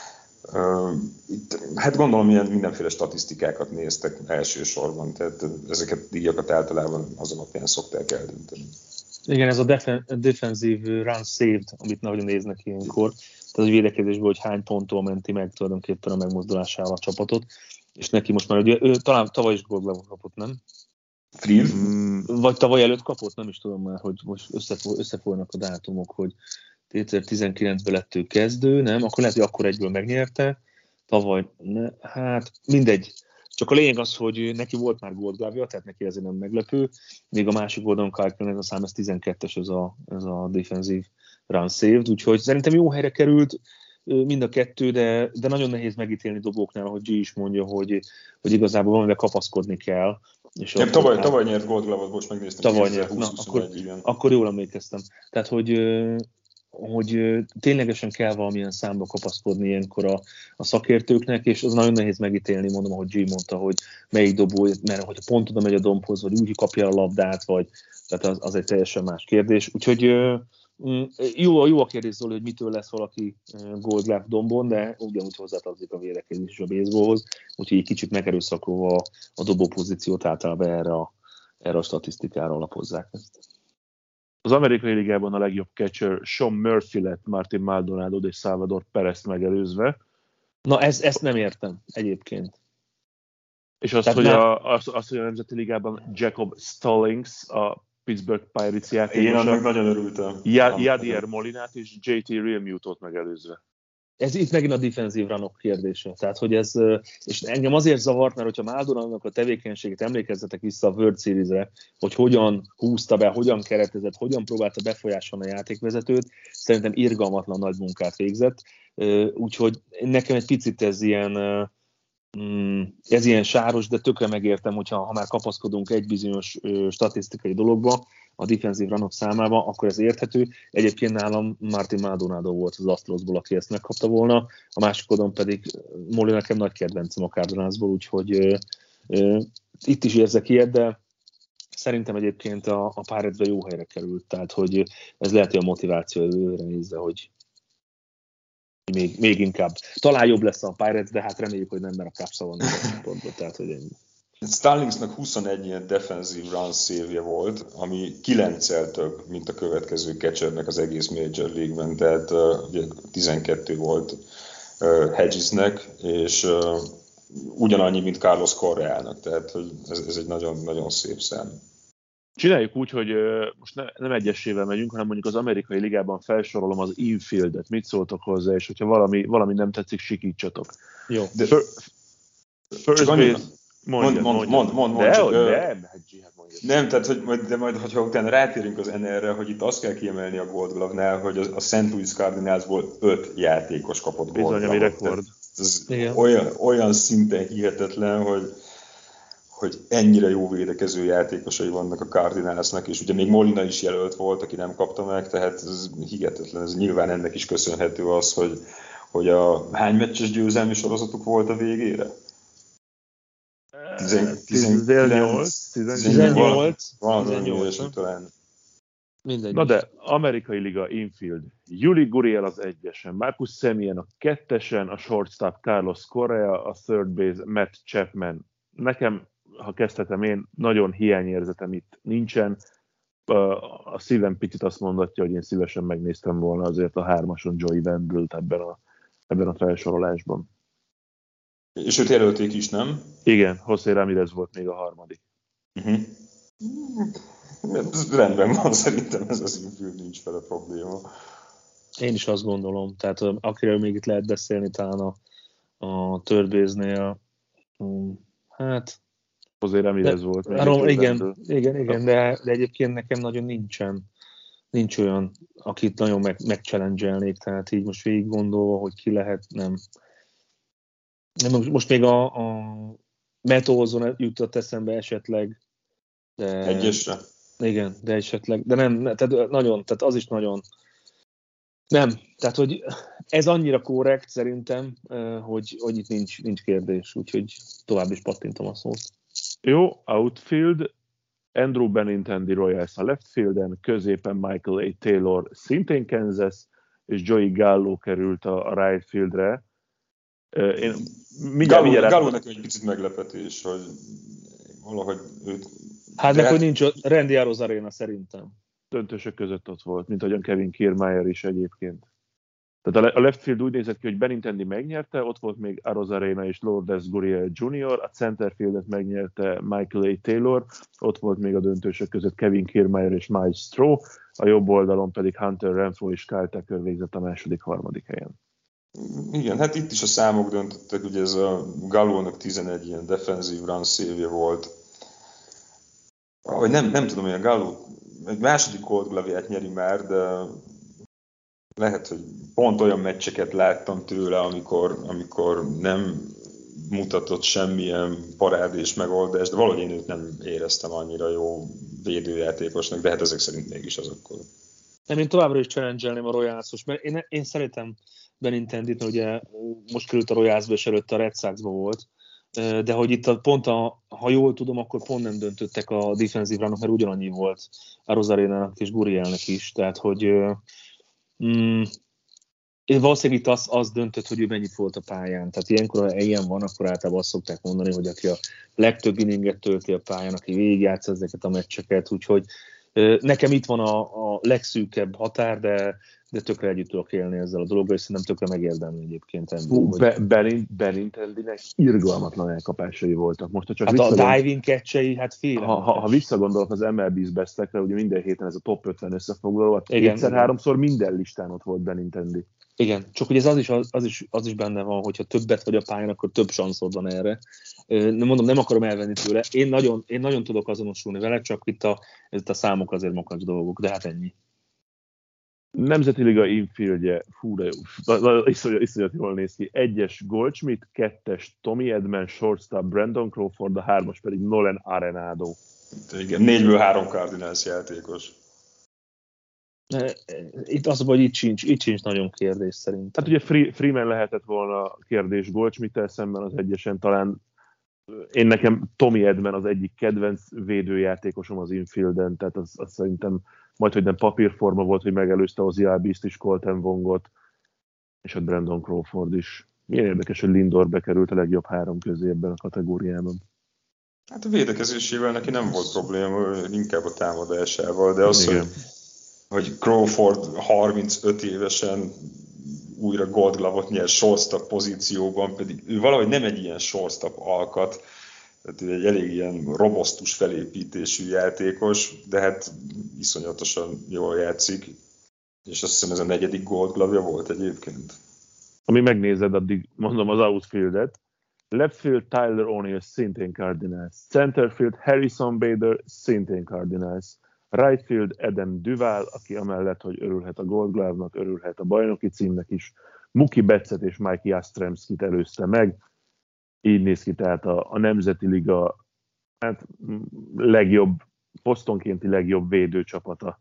Itt, hát gondolom, ilyen mindenféle statisztikákat néztek elsősorban, tehát ezeket díjakat általában az alapján szokták eldönteni. Igen, ez a defensive run saved, amit nagyon néznek ilyenkor, tehát a védekezésből, hogy hány ponttól menti meg tulajdonképpen a megmozdulásával a csapatot, és neki most már, ugye, ő talán tavaly is Gold Glove-ot kapott, nem? Fried? Vagy tavaly előtt kapott, nem is tudom már, hogy most összefolynak a dátumok, hogy 2019-ben lett ő kezdő, nem? Akkor lehet, hogy akkor egyből megnyerte, tavaly, hát mindegy. Csak a lényeg az, hogy neki volt már Gold Glove-ja, tehát neki ezért nem meglepő, még a másik oldalon Kyle a szám, ez 12-es ez a defensive run saved, úgyhogy szerintem jó helyre került mind a kettő, de nagyon nehéz megítélni dobóknál, ahogy G is mondja, hogy igazából valamivel kapaszkodni kell. És tavaly nyert Gold Glove-ot, most megnéztem. Tavaly nyert, akkor jól emlékeztem. Tehát, hogy ténylegesen kell valamilyen számba kapaszkodni ilyenkor a szakértőknek, és az nagyon nehéz megítélni, mondom, ahogy G mondta, hogy melyik dobó, mert hogyha pont oda megy a dombhoz, vagy úgy kapja a labdát, vagy tehát az egy teljesen más kérdés. Úgyhogy jó a kérdés, Zoli, hogy mitől lesz valaki Gold Glove dombon, de ugyanúgy hozzátartozik a védekezés és a baseballhoz, úgyhogy egy kicsit megerőszakolva a dobó pozíciót általában erre a statisztikára alapozzák ezt. Az amerikai ligában a legjobb catcher Sean Murphy lett Martin Maldonado és Salvador Perez megelőzve. Na, ezt nem értem egyébként. És azt, hogy a Nemzeti Ligában Jacob Stallings, a Pittsburgh Pirates játékosa. Én annak nagyon örültem. Yadier Molinát és JT Realmutot megelőzve. Ez itt megint a defensív runok kérdése. Tehát, hogy ez, és engem azért zavart, mert hogyha Maldonadónak a tevékenységét emlékezzetek vissza a World Series-re, hogy hogyan húzta be, hogyan keretezett, hogyan próbálta befolyásolni a játékvezetőt, szerintem irgalmatlan nagy munkát végzett. Úgyhogy nekem egy picit ez ilyen sáros, de tökre megértem, hogyha már kapaszkodunk egy bizonyos statisztikai dologba, a defensív runok számába, akkor ez érthető. Egyébként nálam Martin Maldonado volt az Astrosból, aki ezt megkapta volna, a másik oldalon pedig Molina nekem nagy kedvencem a Cardinalsból, úgyhogy itt is érzek ilyet, de szerintem egyébként a Pirates-be jó helyre került, tehát hogy ez lehet, hogy a motiváció előre nézve, hogy még inkább. Talán jobb lesz a Pirates, de hát reméljük, hogy nem, mert a Cubs van a pontban, tehát hogy ennyi. Starlingsnak 21 ilyen defensive run save-je volt, ami 9-szer több, mint a következő catchernek az egész Major League-ben, tehát ugye 12 volt Hedgesnek, és ugyanannyi, mint Carlos Correának, tehát hogy ez egy nagyon-nagyon szép szám. Csináljuk úgy, hogy most nem egyesével megyünk, hanem mondjuk az amerikai ligában felsorolom az infieldet. Mit szóltok hozzá, és hogyha valami nem tetszik, sikítsatok. Jó. First base... Mondja. Nem, tehát, hogy majd, hogyha utána rátérünk az NR-re, hogy itt azt kell kiemelni a Gold Glove-nál, hogy a St. Louis Cardinalsból 5 játékos kapott Gold Glove-ot. Rekord. Ez olyan szinten hihetetlen, hogy ennyire jó védekező játékosai vannak a Cardinalsnak, és ugye még Molina is jelölt volt, aki nem kapta meg, tehát ez hihetetlen. Ez nyilván ennek is köszönhető az, hogy hány meccses győzelmi sorozatuk volt a végére? 18. Talán. Mindegy. Na de, amerikai liga infield. Yuli Gurriel az 1-esen, Marcus Semien a 2-esen, a shortstop Carlos Correa, a third base Matt Chapman. Nekem, ha kezdhetem én, nagyon hiányérzetem itt nincsen. A szívem picit azt mondatja, hogy én szívesen megnéztem volna azért a 3-ason Joey Wendell-t ebben a felsorolásban. És őt jelölték is, nem? Igen, José Ramírez volt még a 3. Rendben van, szerintem ez az infield nincs vele probléma. Én is azt gondolom, tehát akiről még itt lehet beszélni, talán a third base-nél, hát... José Ramírez volt. Igen, de egyébként nekem nagyon nincs olyan, akit nagyon megchallenge-elnék, tehát így most végig gondolva, hogy ki lehet, nem. Most még a Matt Olson jutott eszembe esetleg. De, egyesre? Igen, de esetleg. De nem, tehát az is nagyon Nem, tehát hogy ez annyira korrekt szerintem, hogy itt nincs kérdés, úgyhogy tovább is pattintom a szót. Jó, outfield, Andrew Benintendi Royals a left fielden, középen Michael A. Taylor, szintén Kansas, és Joey Gallo került a right fieldre. Gallo nekem egy picit meglepetés, hogy valahogy őt... Hát nekem nincs Randy Arozarena szerintem. Döntősök között ott volt, mint ahogyan Kevin Kiermaier is egyébként. Tehát a left field úgy nézett ki, hogy Benintendi megnyerte, ott volt még Arozarena és Lourdes Gurriel Jr., a center fieldet megnyerte Michael A. Taylor, ott volt még a döntősök között Kevin Kiermaier és Mike Stroh, a jobb oldalon pedig Hunter Renfroe és Kyle Tucker végzett a második-harmadik helyen. Igen, hát itt is a számok döntöttek, ugye ez a Gallónak 11 ilyen defenzív run save volt. Ahogy nem tudom, hogy a Gallo egy második Gold Glove-ját nyeri már, de lehet, hogy pont olyan meccseket láttam tőle, amikor nem mutatott semmilyen parádés megoldást, de valahogy én őt nem éreztem annyira jó védőjátékosnak, de hát ezek szerint mégis az akkor. Nem, én továbbra is challenge-elném a Royals-os, mert én szeretem Benintendit, mert ugye most került a Royals-ba, és előtte a Red Sox-ba volt, de hogy itt ha jól tudom, akkor pont nem döntöttek a defensív ránok, mert ugyanannyi volt a Rosarénának és Gurrielnek is, tehát hogy valószínűleg itt az döntött, hogy ő mennyit volt a pályán. Tehát ilyenkor, ha ilyen van, akkor általában azt szokták mondani, hogy aki a legtöbb inninget tölti a pályán, aki végigjátsz ezeket a meccseket, úgyhogy nekem itt van a legszűkebb határ, de tökre együtt tudok élni ezzel a dologgal, és szerintem tökre megérdemli egyébként. Benintendinek irgalmatlan elkapásai voltak. Most, csak hát a diving catch-ei, hát ha visszagondolok az MLB-s bestekre, ugye minden héten ez a top 50 összefoglaló, kétszer-háromszor minden listán ott volt Benintendi. Igen, csak ugye az is benne van, hogyha többet vagy a pályán, akkor több szanszod van erre. Nem akarom elvenni tőle. Én nagyon tudok azonosulni vele, csak itt a számok azért makacs dolgok, de hát ennyi. Nemzeti Liga infieldje, fú, de jó, iszonyat jól néz ki. 1-es Goldschmidt, 2-es Tommy Edman, shortstop Brandon Crawford, a 3-as pedig Nolan Arenado. Igen, 4-ből 3 Cardinals játékos. Itt az, hogy itt sincs nagyon kérdés szerintem. Hát ugye Freeman lehetett volna kérdés Goldschmidt-tel szemben az egyesen, talán nekem Tommy Edman az egyik kedvenc védőjátékosom az infielden, tehát az szerintem majdhogy nem papírforma volt, hogy megelőzte Ozzie Albiest is, Colton Wongot, és ott Brandon Crawford is. Milyen érdekes, hogy Lindor bekerült a legjobb 3 közé ebben a kategóriában. Hát a védekezésével neki nem volt probléma, inkább a támadásával, de az, hogy Crawford 35 évesen újra Gold Glove-ot nyer shortstop pozícióban, pedig ő valahogy nem egy ilyen shortstop alkat, tehát ő egy elég ilyen robosztus felépítésű játékos, de hát iszonyatosan jól játszik, és azt hiszem ez a 4. Gold Glove-ja volt egyébként. Ami megnézed, addig mondom az outfieldet. Left field Tyler O'Neill, szintén Cardinals. Center field Harrison Bader, szintén Cardinals. Right field Adam Duvall, aki amellett, hogy örülhet a Gold Glove-nak, örülhet a bajnoki címnek is. Mookie Betts-et és Mike Yastrzemskit előzte meg. Így néz ki tehát a Nemzeti Liga legjobb, posztonkénti legjobb védőcsapata.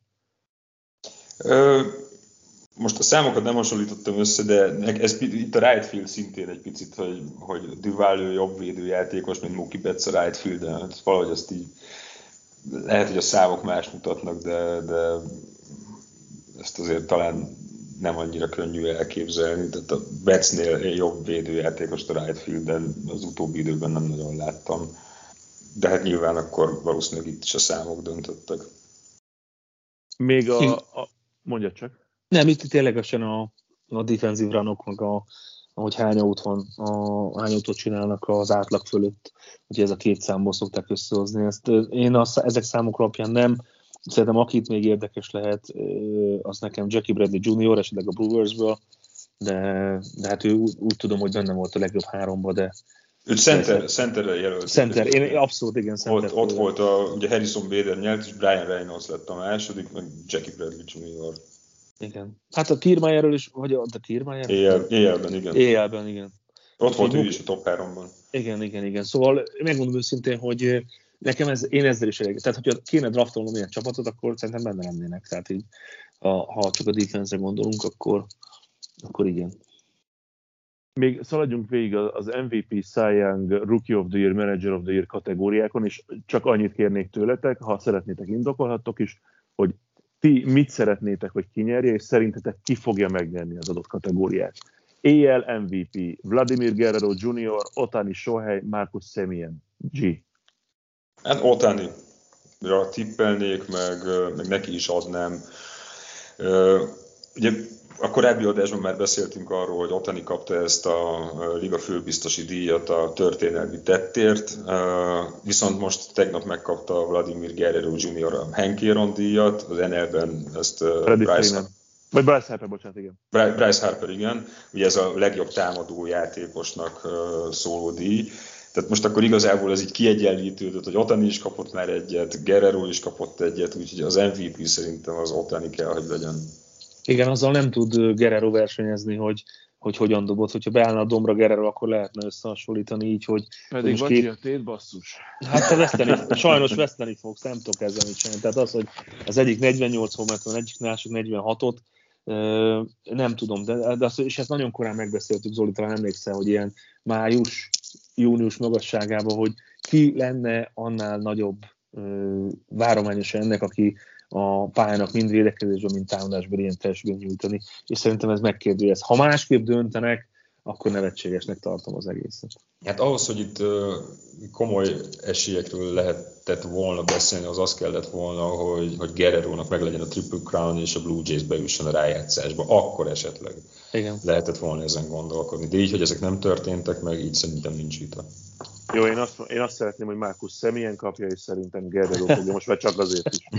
Most a számokat nem hasonlítottam össze, de ez itt a right field szintén egy picit, hogy Duvall jobb védőjátékos, mint Mookie Betts a right fielden. Hát valahogy azt így lehet, hogy a számok más mutatnak, de ezt azért talán nem annyira könnyű elképzelni. Tehát a Bettsnél jobb védőjátékost a right fielden az utóbbi időben nem nagyon láttam. De hát nyilván akkor valószínűleg itt is a számok döntöttek. Még mondjad csak. Nem, itt ténylegesen a defensív runok, meg ahogy hány autót csinálnak az átlag fölött, úgyhogy ez a 2 számból szokták összehozni. Ezt én ezek számok alapján nem. Szerintem akit még érdekes lehet, az nekem Jackie Bradley Jr., esetleg a Brewersből, de hát ő úgy tudom, hogy benne volt a legjobb 3-ba, de... Őt centerre jelölt. Center, én abszolút igen, center. Ott volt ugye Harrison Bader nyert, és Brian Reynolds lett a második, meg Jackie Bradley Jr. Igen. Hát a Kiermaierről is, vagy a Kiermaier? Éjjelben, igen. Ott volt ő is a top 3-ban. Igen. Szóval megmondom őszintén, hogy nekem én ezzel is elég. Tehát, hogyha kéne draftolnom ilyen csapatot, akkor szerintem benne lennének. Tehát így ha csak a defense-re gondolunk, akkor igen. Még szaladjunk végig az MVP, Cy Young, Rookie of the Year, Manager of the Year kategóriákon, és csak annyit kérnék tőletek, ha szeretnétek, indokolhattok is, hogy ti mit szeretnétek, hogy ki nyerje, és szerintetek ki fogja megnyerni az adott kategóriát. AL MVP, Vladimir Guerrero Jr., Ohtani Shohei, Marcus Semien. G. Hát Ohtani-ra tippelnék, meg neki is adnám. Ugye a korábbi adásban már beszéltünk arról, hogy Ohtani kapta ezt a liga főbiztosi díjat a történelmi tettért, viszont most tegnap megkapta Vladimir Guerrero Jr. a Hank Aaron díjat, az NL-ben ezt Bryce Harper, bocsánat, igen. Bryce Harper, igen. Ugye ez a legjobb támadó játékosnak szóló díj. Tehát most akkor igazából ez így kiegyenlítődött, hogy Ohtani is kapott már egyet, Guerrero is kapott egyet, úgyhogy az MVP szerintem az Ohtani kell, hogy legyen. Igen, azzal nem tud Guerrero versenyezni, hogy hogyan dobott. Hogyha beállna a dombra Guerrero, akkor lehetne összehasonlítani így, hogy... Pedig vagy a tét, basszus. Hát sajnos veszteni fogsz, nem tudok ezzel mit csinálni. Tehát az, hogy az egyik 48 homert van, egyik másik 46-ot, nem tudom, és ezt nagyon korán megbeszéltük, Zoli, talán emlékszel, hogy ilyen május-június magasságában, hogy ki lenne annál nagyobb várományos ennek, aki a pályának mind védekezésben, mind támadásban ilyen teljesítményt nyújtani, és szerintem ez megkérdőjelez. Ha másképp döntenek, akkor nevetségesnek tartom az egészet. Hát ahhoz, hogy itt komoly esélyekről lehetett volna beszélni, az kellett volna, hogy Guerrerónak meg legyen a Triple Crown, és a Blue Jays beüssön a rájátszásba. Akkor esetleg lehetett volna ezen gondolkodni. De így, hogy ezek nem történtek meg, így szerintem nincs vita. Jó, én azt szeretném, hogy Marcus Semien kapja, és szerintem Guerrero fogja, most már csak azért is.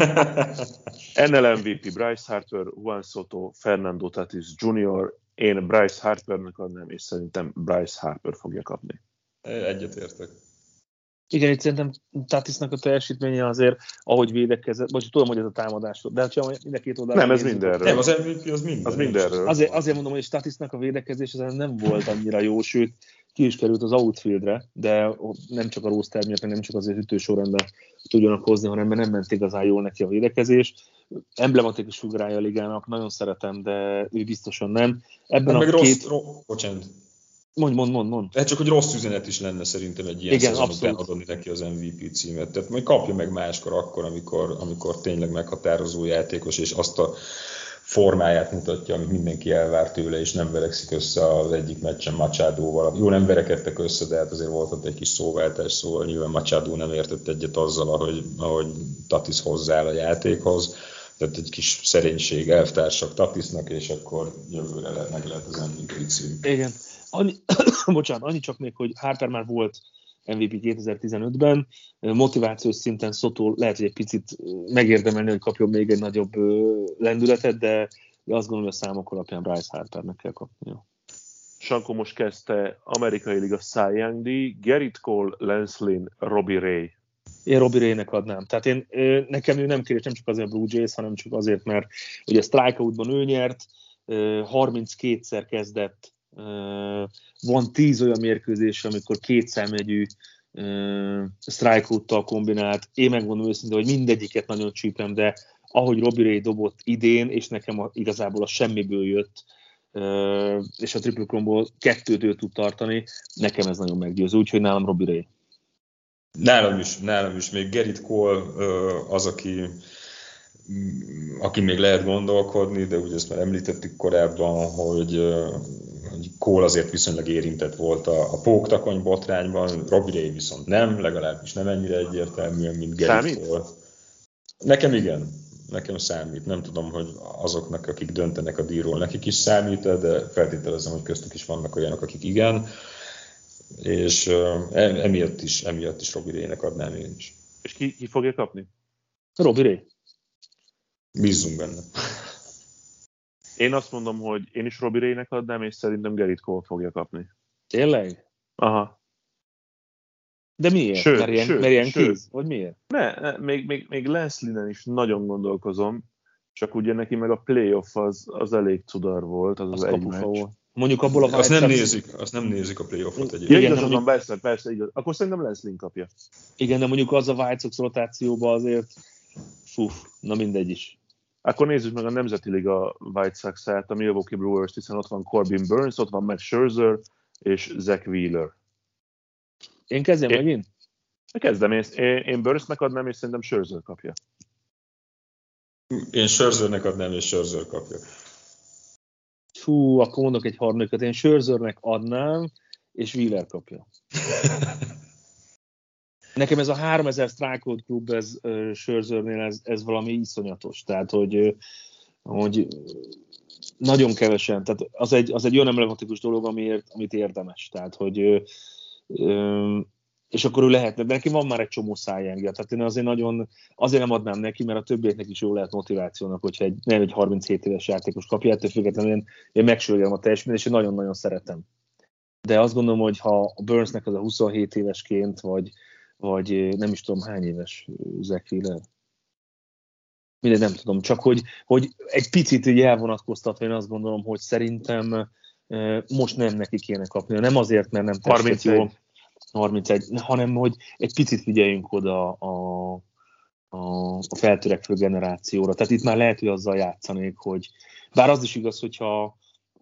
NL MVP, Bryce Harper, Juan Soto, Fernando Tatis Jr., én Bryce Harpernek adnám, és szerintem Bryce Harper fogja kapni. Egyetértek. Igen, itt szerintem Tatisnak a teljesítménye azért, ahogy védekezett, vagy tudom, hogy ez a támadás, de ha mind a két oldalon... Nem, ez mindenről. Nem, az MVP az mindenről. Azért mondom, hogy Tatisnak a védekezés nem volt annyira jó, sőt, ki is került az outfieldre, de nem csak a roster miatt, nem csak azért ütősorrendben tudjanak hozni, hanem nem ment igazán jól neki a védekezés. Emblematikus figurája a ligának, nagyon szeretem, de ő biztosan nem. Ebben meg bocsánat. Mondd. Hát csak, hogy rossz üzenet is lenne szerintem egy ilyen szezon után adni neki az MVP címet. Tehát majd kapja meg máskor akkor, amikor tényleg meghatározó játékos, és azt a formáját mutatja, amit mindenki elvár tőle, és nem verekszik össze az egyik meccsen Machadóval. Jó, nem verekedtek össze, de hát azért volt ott egy kis szóváltás, szóval nyilván Machado nem értett egyet azzal, ahogy Tatis hozzááll a játékhoz. Tehát egy kis szerénység, elvtársak Tatisnak, és akkor jövőre meg lehet az MVP cím. Igen. Annyi csak még, hogy Harper már volt MVP 2015-ben, motivációs szinten Soto lehet, hogy egy picit megérdemelni, hogy kapjon még egy nagyobb lendületet, de azt gondolom, hogy a számok alapján Bryce Harpernek kell kapnia. Sankó most kezdte Amerikai Liga Cy Young díj, Gerrit Cole, Lance Lynn, Robbie Ray. Én Robbie Ray-nek adnám. Tehát nekem ő nem kérdés, nem csak azért a Blue Jays, hanem csak azért, mert ugye strikeoutban ő nyert, 32-szer kezdett, van 10 olyan mérkőzés, amikor kétszámjegyű strikeouttal kombinált. Én megmondom őszintén, hogy mindegyiket nagyon csípem, de ahogy Robbie Ray dobott idén, és nekem igazából a semmiből jött, és a Triple Crownból 2-től tud tartani, nekem ez nagyon meggyőző, úgyhogy nálam Robbie Ray. Nálam is. Még Gerrit Cole az, aki még lehet gondolkodni, de ugye ezt már említettük korábban, hogy Cole azért viszonylag érintett volt a póktakony botrányban, Robbie Ray viszont nem, legalábbis nem ennyire egyértelműen, mint Gerrit Cole. Nekem igen, nekem számít. Nem tudom, hogy azoknak, akik döntenek a díjról, nekik is számít, de feltételezem, hogy köztük is vannak olyanok, akik igen, és emiatt is Robbie Ray-nek adnám én is. És ki fogja kapni? Robbie Ray. Bízzunk benne. Én azt mondom, hogy én is Robbie Ray-nek adnám, és szerintem Gerrit Cole fogja kapni. Tényleg? Aha. De miért? Mert ilyen kéz? Vagy miért? Még Lance Lynn-en is nagyon gondolkozom, csak ugye neki meg a playoff az elég cudar volt, az egy meccs. Volt. Mondjuk abból a azt nem nézik a playoffot egyébként. Ja, igazad van, persze, igaz. Akkor szerintem Lance Lynn kapja. Igen, de mondjuk az a White Sox rotációban azért na mindegy is. Akkor nézzük meg a Nemzeti Liga White Sox-át, a Milwaukee Brewers, hiszen ott van Corbin Burns, ott van Max Scherzer és Zach Wheeler. Én kezdjem megint? Kezdem, én Burnsnek adnám, és szerintem Scherzer kapja. Én Scherzernek adnám, és Scherzer kapja. Fú, akkor mondok egy harmadikat. Én Scherzernek adnám, és Wheeler kapja. Nekem ez a 3000 strikeout klub, ez Scherzernél, ez valami iszonyatos. Tehát, hogy nagyon kevesen. Tehát az egy olyan emblematikus dolog, amit érdemes. Tehát, hogy és akkor ő lehetne, de neki van már egy csomó szájengja. Tehát én azért nem adnám neki, mert a többieknek is jó lehet motivációnak, hogyha nem egy 37 éves játékos kapja, ettől függetlenül én megsülgem a teljesítményt, és én nagyon-nagyon szeretem. De azt gondolom, hogy ha a Burnsnek az a 27 évesként, vagy nem is tudom hány éves Zach Wheeler. Mindegy, nem tudom, csak hogy egy picit így elvonatkoztatva, én azt gondolom, hogy szerintem most nem neki kéne kapni. Nem azért, mert nem testet jól, 31, hanem hogy egy picit figyeljünk oda a feltörekvő generációra. Tehát itt már lehet, hogy azzal játszanék, hogy bár az is igaz, hogyha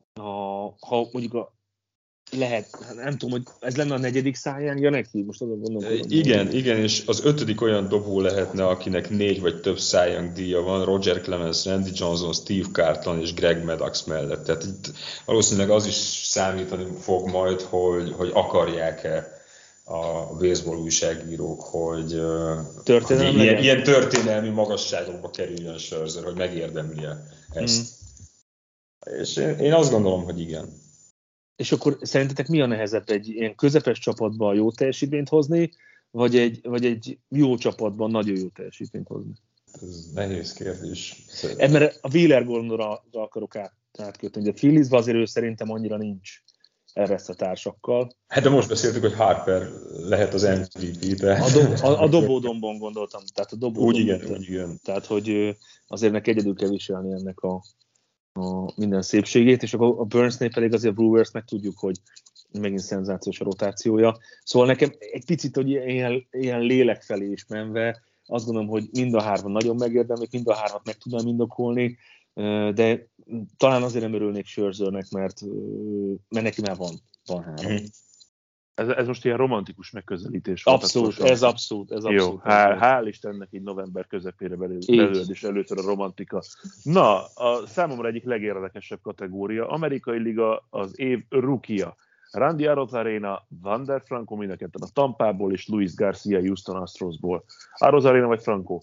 ha mondjuk lehet, nem tudom, hogy ez lenne a 4. szájánja neki? Most azon gondolom. Igen, és az 5. olyan dobó lehetne, akinek 4 vagy több Cy díja van, Roger Clemens, Randy Johnson, Steve Carlton és Greg Maddux mellett. Tehát itt valószínűleg az is számítani fog majd, hogy akarják-e a baseball újságírók, hogy ilyen történelmi magasságokba kerüljön Scherzer, hogy megérdemli-e ezt. És én azt gondolom, hogy igen. És akkor szerintetek mi a nehezebb, egy ilyen közepes csapatban jó teljesítményt hozni, vagy egy jó csapatban nagyon jó teljesítményt hozni? Ez nehéz kérdés. Mert a Wheeler gondolatra akarok átkötni, hogy a Philliesben azért ő szerintem annyira nincs erre ezt a társakkal. Hát de most beszéltük, hogy Harper lehet az MVP, de... A dobódombon gondoltam. Tehát a dobódombon. Úgy igen. Tehát, hogy azért neki egyedül kell viselni ennek a minden szépségét, és akkor a Burnsnél pedig azért a Brewersnek tudjuk, hogy megint szenzációs a rotációja. Szóval nekem egy picit, hogy ilyen lélek felé is menve, azt gondolom, hogy mind a hárman nagyon megérdemlik, mind a hármat meg tudnám indokolni, de talán azért nem örülnék Scherzernek, mert neki már van 3. Ez most ilyen romantikus megközelítés. Abszolút, ez abszolút. Jó, hál' Istennek így november közepére belőled és először a romantika. Na, a számomra egyik legérdekesebb kategória, Amerikai Liga az év rookie-ja. Randy Arozarena, Wander Franco, mind a ketten a Tampából, és Luis Garcia Houston Astrosból. Arozarena vagy Franco?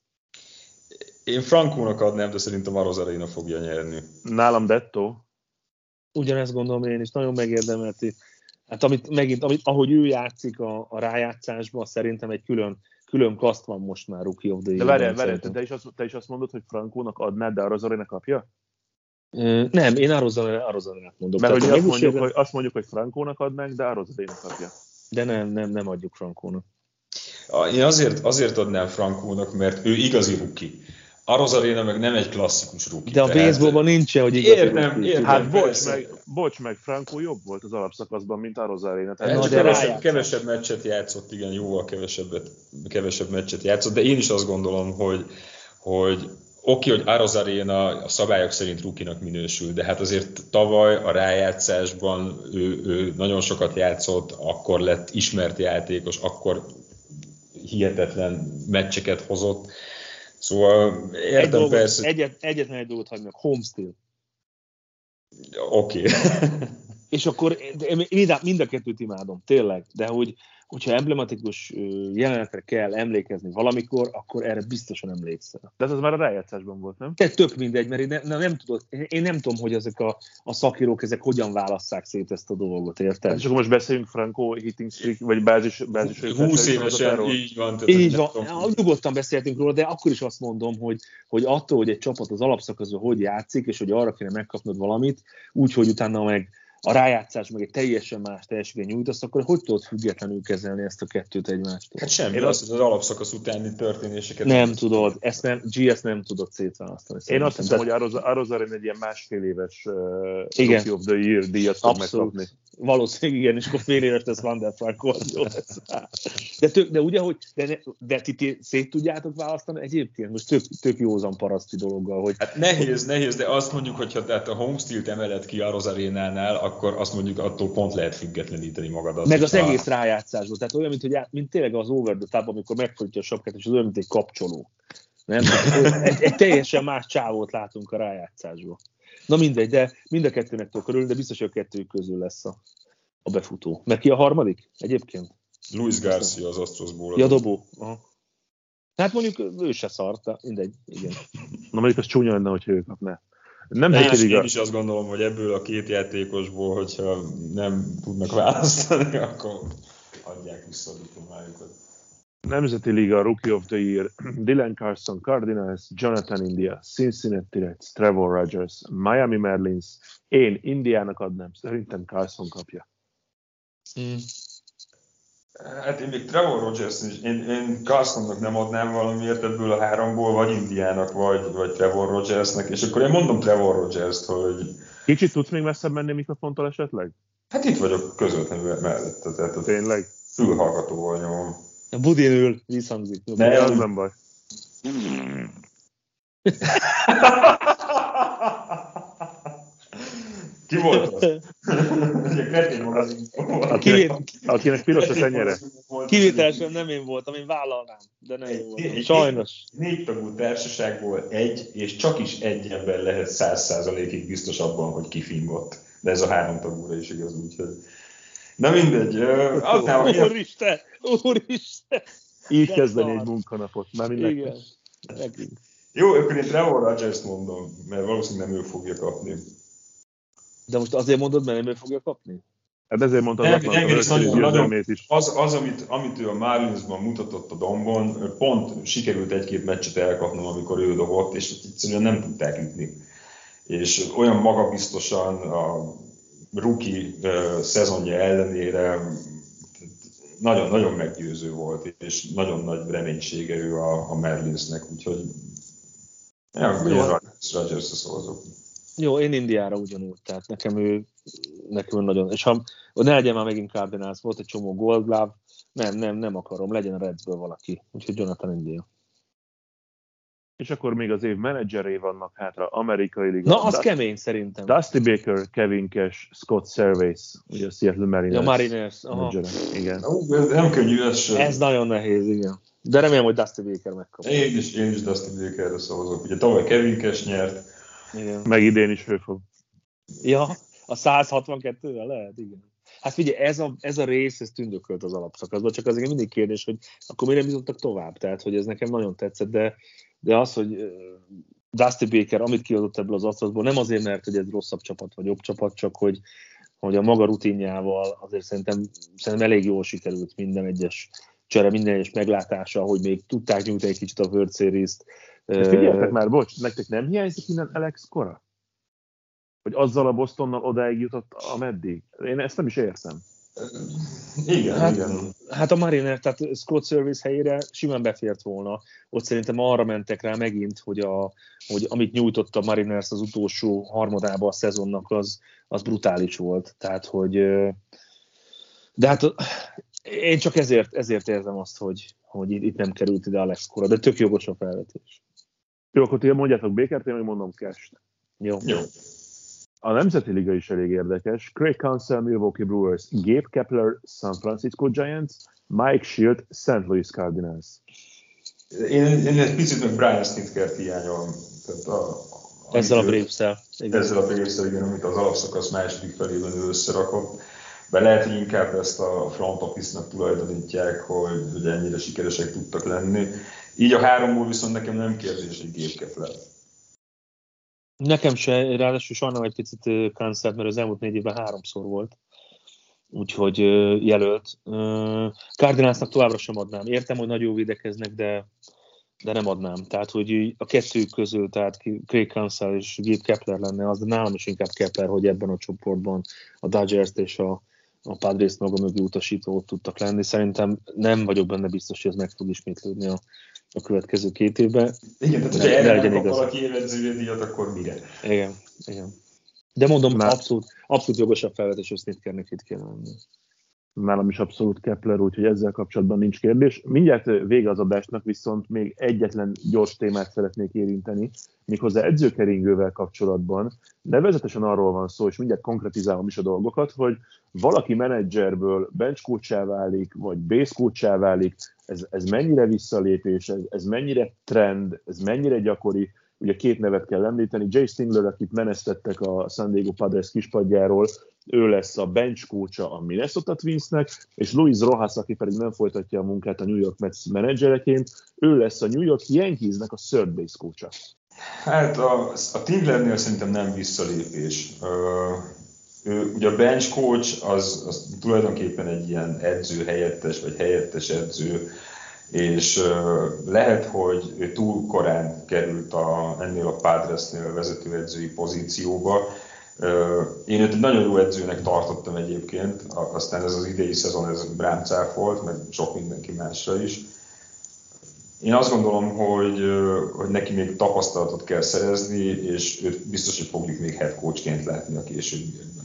Én Francónak adnám, de szerintem Arozarena fogja nyerni. Nálam Detto. Ugyanezt gondolom én is, nagyon megérdemelti. Hát ahogy ő játszik a rájátszásban, szerintem egy külön kaszt van most már Rookie of the Year. De várjál, te is azt mondod, hogy Francónak adnád, de Arozarena kapja? Nem, én Arozarenát mondok. Mert hogy azt mondjuk, hogy Francónak adnánk, de Arozarena kapja. De nem adjuk Francónak. Én azért adnám Francónak, mert ő igazi rookie. Arozarena meg nem egy klasszikus rookie. De a baseballban nincs, hogy igazi Értem, hát bocs meg, Franco jobb volt az alapszakaszban, mint Arozarena. Kevesebb meccset játszott, igen, jóval kevesebb meccset játszott, de én is azt gondolom, hogy hogy Arozarena a szabályok szerint rookie-nak minősül, de hát azért tavaly a rájátszásban ő nagyon sokat játszott, akkor lett ismert játékos, akkor hihetetlen meccseket hozott. Szóval értem persze... Egyetlen egy dolgot hagynak, Homestead. Oké. És akkor mind a kettőt imádom, tényleg, de hogyha emblematikus jelenetre kell emlékezni valamikor, akkor erre biztosan emlékszel. De ez az már a rájátszásban volt, nem? De tök mindegy, mert én nem tudom, hogy ezek a szakírók hogyan válasszák szét ezt a dolgot, érted? És akkor most beszéljünk Franco hitting streak, vagy bázis 20 évesen, így van. Így van, nyugodtan beszéltünk róla, de akkor is azt mondom, hogy attól, hogy egy csapat az alapszakaszban hogy játszik, és hogy arra kéne megkapnod valamit, úgyhogy utána meg a rájátszás meg egy teljesen más teljességet nyújtasz, akkor hogy tudod függetlenül kezelni ezt a kettőt egymástól? Hát semmi, az alapszakasz utáni történéseket... Nem tudod, ezt nem tudod szétválasztani. Én azt hiszem, hogy Arozarén egy ilyen másfél éves Rookie of the Year díjat fog megkapni. Valószínűleg igen, és akkor fél éves lesz Van der Far de ugye, hogy de ti szét tudjátok választani egyébként? Most tök józan paraszti dologgal, hogy... Hát nehéz, de azt mondjuk, hogyha tehát a homestyle-t emeled ki Arozarénál, akkor azt mondjuk attól pont lehet függetleníteni magadat. Meg az egész rájátszásból, tehát olyan, mint tényleg az over the top, amikor megfordítja a sapkát, és az olyan, mint egy kapcsoló. Nem? Egy teljesen más csávót látunk a rájátszásból. Na mindegy, de mind a kettőnek tudok örülni, de biztos, hogy a kettőjük közül lesz a befutó. Mert ki a harmadik egyébként? Luis Garcia az Astrosból. Ja, dobó. Aha. Hát mondjuk ő se szart, de mindegy, igen. Na mondjuk az csúnya lenne, hogyha ő kapná. Én is azt gondolom, hogy ebből a két játékosból, hogyha nem tudnak választani, akkor adják vissza a diplomájukat. Nemzeti Liga Rookie of the Year, Dylan Carlson, Cardinals, Jonathan India, Cincinnati Reds, Trevor Rogers, Miami Marlins. Én Indiának adnám, szerintem Carlson kapja. Hát én még Trevor Rogers is, én Carlsonnak nem adnám valamiért ebből a háromból, vagy Indiának, vagy Trevor Rogersnek, és akkor én mondom Trevor Rogers-t, hogy... Kicsit tudsz még messzebb menni mikrofontól esetleg? Hát itt vagyok közvetlenül mellette, tehát tényleg? Fülhallgatóval nyomom. A budin ül, visszhangzik. Ne, az nem baj. Ki volt az? Akinek piros a szennyere. Kivételesen nem én voltam, én vállalnám, de nem én voltam. Sajnos. 4 tagú társaságból és csak is egy ember lehet 100%-ig biztos abban, hogy kifingott. De ez a 3 tagúra is igaz, úgyhogy... Na mindegy. Úristen! Így kezdeni egy munkanapot. Már mindenki. Igen. Jó, akkor én Trevor Rogers-t mondom, mert valószínűleg nem ő fogja kapni. De most azért mondod, mert nem ő fogja kapni? Hát ezért mondtad amit ő a Marlinsban mutatott a dombon, pont sikerült 1-2 meccset elkapnom, amikor ő dobott, és egyszerűen nem tudták ütni. És olyan magabiztosan a rookie szezonja ellenére nagyon-nagyon meggyőző volt, és nagyon nagy reménysége ő a Marlinsnek, úgyhogy Rogers-ra szavazok. Jó, én Indiára ugyanúgy, tehát nekem ő nagyon, és ha ne legyen már megint Cardinals, volt egy csomó Gold Glove, nem akarom, legyen a Redsből valaki, úgyhogy Jonathan India. És akkor még az év menedzserei vannak hátra, amerikai liga. Na, az kemény szerintem. Dusty Baker, Kevin Cash, Scott Servais, ugye a Seattle Mariners. Ja, Mariners, aha. Igen. Nem könnyű ez nagyon nehéz, igen. De remélem, hogy Dusty Baker megkapja. Én is Dusty Bakerre szavazok. Ugye tavaly Kevin Cash nyert. Igen. Meg idén is ő fog. Ja, a 162-vel lehet, igen. Hát figyelj, ez a rész, ez tündökölt az alapszakaszban, csak azért mindig kérdés, hogy akkor miért nem jutottak tovább, tehát hogy ez nekem nagyon tetszett, de az, hogy Dusty Baker, amit kiadott ebből az asztalból, nem azért, mert hogy ez rosszabb csapat vagy jobb csapat, csak hogy a maga rutinjával azért szerintem elég jól sikerült minden egyes csere, minden egyes meglátása, hogy még tudták nyújtani egy kicsit a World Series-t. Figyeljetek már, bocs, nektek nem hiányzik innen Alex Cora? Hogy azzal a Bostonnal odáig jutott ameddig? Én ezt nem is értem. Igen. Hát a Mariner, tehát Scott Service helyére simán befért volna. Ott szerintem arra mentek rá megint, hogy amit nyújtott a Mariners az utolsó harmadában a szezonnak, az brutális volt. Tehát, hogy... De hát én csak ezért érzem azt, hogy itt nem került ide Alex Cora, de tök jogos a felvetés. Jó, akkor ti mondjátok Bakert, én meg mondom Cash-t. Jó. A Nemzeti Liga is elég érdekes. Craig Counsell, Milwaukee Brewers, Gabe Kepler, San Francisco Giants, Mike Shield, St. Louis Cardinals. Én egy picit meg Brian Snitkert hiányolom. Ezzel a Braves-szel. Ezzel a Braves-szel, igen, amit az alapszakasz második felében ő összerakott. De lehet, hogy inkább ezt a front office-nak tulajdonítják, hogy ennyire sikeresek tudtak lenni. Így a 3-ból viszont nekem nem kérdés, hogy Gabe Kepler. Nekem se, ráadásul sajnálom egy picit Counsell, mert az elmúlt 4 évben 3-szor volt. Úgyhogy jelölt. Cardinalsnak továbbra sem adnám. Értem, hogy nagyon védekeznek, de de nem adnám. Tehát, hogy a kettő közül, tehát Craig Counsell és Gabe Kepler lenne az, de nálam is inkább Kepler, hogy ebben a csoportban a Dodgers-t és a Padres maga mögé utasító ott tudtak lenni. Szerintem nem vagyok benne biztos, hogy ez meg fog ismétlődni a következő 2 évben. Igen, tehát ha erre nem kap valaki évedzője díjat, akkor mire? Igen. De mondom, abszolút jogos a felvetés, hogy Snitkernek itt kéne lenni. Nálam is abszolút Kepler, úgyhogy ezzel kapcsolatban nincs kérdés. Mindjárt vége az adásnak, viszont még egyetlen gyors témát szeretnék érinteni, méghozzá edzőkeringővel kapcsolatban. Nevezetesen arról van szó, és mindjárt konkretizálom is a dolgokat, hogy valaki menedzserből bench coach-á válik, vagy base coach-á válik, ez mennyire visszalépés, ez mennyire trend, ez mennyire gyakori. Ugye 2 nevet kell említeni, Jay Stingler, akit menesztettek a San Diego Padres kispadjáról, ő lesz a bench coach-a a Minnesota Twinsnek, és Luis Rojas, aki pedig nem folytatja a munkát a New York Mets menedzsereként, ő lesz a New York Yankeesnek a third base coach-a. Hát a Tinglernél szerintem nem visszalépés. Ugye a bench coach az tulajdonképpen egy ilyen edző helyettes, vagy helyettes edző, és lehet, hogy ő túl korán került ennél a Padresnél vezetőedzői pozícióba. Én őt egy nagyon jó edzőnek tartottam egyébként, aztán ez az idei szezon ez rám cáfolt, meg sok mindenki másra is. Én azt gondolom, hogy neki még tapasztalatot kell szerezni, és őt biztos, hogy fogjuk még head coachként látni a későbbiekben.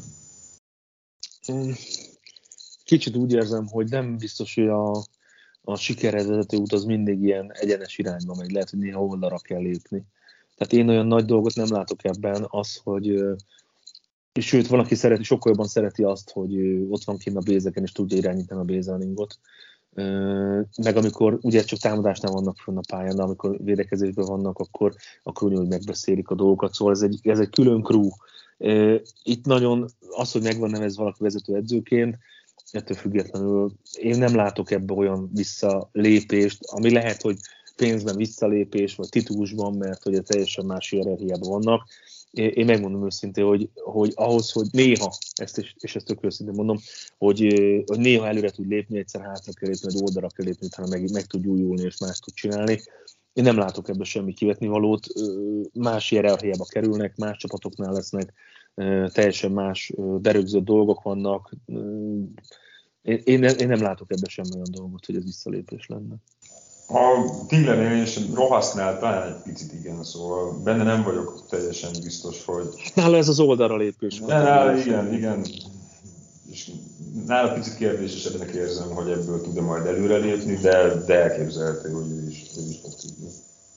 Kicsit úgy érzem, hogy nem biztos, hogy a sikerhez vezető út az mindig ilyen egyenes irányba megy, lehet, hogy néha oldalra kell lépni. Tehát én olyan nagy dolgot nem látok ebben, az, hogy és sőt, van, aki sokkal jobban szereti azt, hogy ott van kint a bézeken, és tudja irányítani a bézerningot. Meg amikor ugye csak támadásnál vannak fönn a pályán, de amikor védekezésben vannak, akkor úgy megbeszélik a dolgokat. Szóval ez egy külön crew. Itt nagyon az, hogy megvan nevezve valaki vezető edzőként, ettől függetlenül én nem látok ebbe olyan visszalépést, ami lehet, hogy pénzben visszalépés, vagy titulusban, mert ugye teljesen más hierarchiában vannak. Én megmondom őszintén, hogy ahhoz, hogy néha, és ezt tök őszintén mondom, hogy néha előre tud lépni, egyszer hátra kell lépni, vagy oldalra kell lépni, utána meg tud újulni, és más tud csinálni. Én nem látok ebben semmi kivetnivalót, más hierarchiába kerülnek, más csapatoknál lesznek, teljesen más berögzött dolgok vannak. Én nem látok ebben semmi olyan dolgot, hogy ez visszalépés lenne. A Tinglernél és Rojasnál talán egy picit igen, szóval benne nem vagyok teljesen biztos, hogy... Nála ez az oldalra lépés. Igen. És nála picit kérdésesebbnek érzem, hogy ebből tud-e majd előrelépni, de elképzelhető, hogy ő is fog tudni.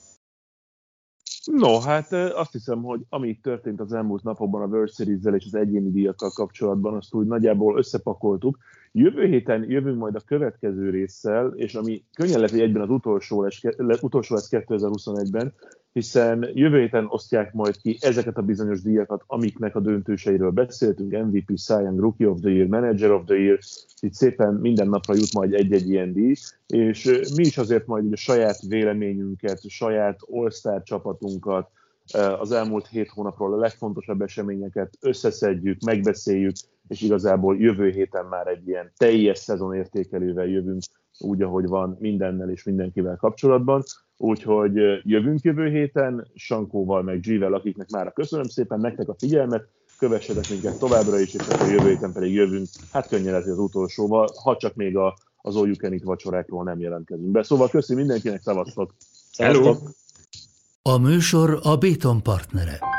No, hát azt hiszem, hogy ami történt az elmúlt napokban a World Series-zel és az egyéni díjakkal kapcsolatban, azt úgy nagyjából összepakoltuk. Jövő héten jövünk majd a következő résszel, és ami könnyen lehet, hogy egyben az utolsó lesz 2021-ben, hiszen jövő héten osztják majd ki ezeket a bizonyos díjakat, amiknek a döntőseiről beszéltünk, MVP, Cy Young, Rookie of the Year, Manager of the Year, itt szépen minden napra jut majd egy-egy ilyen díj, és mi is azért majd a saját véleményünket, saját All-Star csapatunkat, az elmúlt 7 hónapról a legfontosabb eseményeket összeszedjük, megbeszéljük, és igazából jövő héten már egy ilyen teljes szezonértékelővel jövünk, úgy, ahogy van mindennel és mindenkivel kapcsolatban. Úgyhogy jövünk jövő héten, Sankóval meg G-vel, akiknek már köszönöm szépen nektek a figyelmet, kövessetek minket továbbra is, és akkor jövő héten pedig jövünk, hát könnyen lesz az utolsóval, ha csak még az all you can eat vacsorákról nem jelentkezünk be. Szóval köszi mindenkinek, szevasztok! Hello! A műsor a Béton partnere.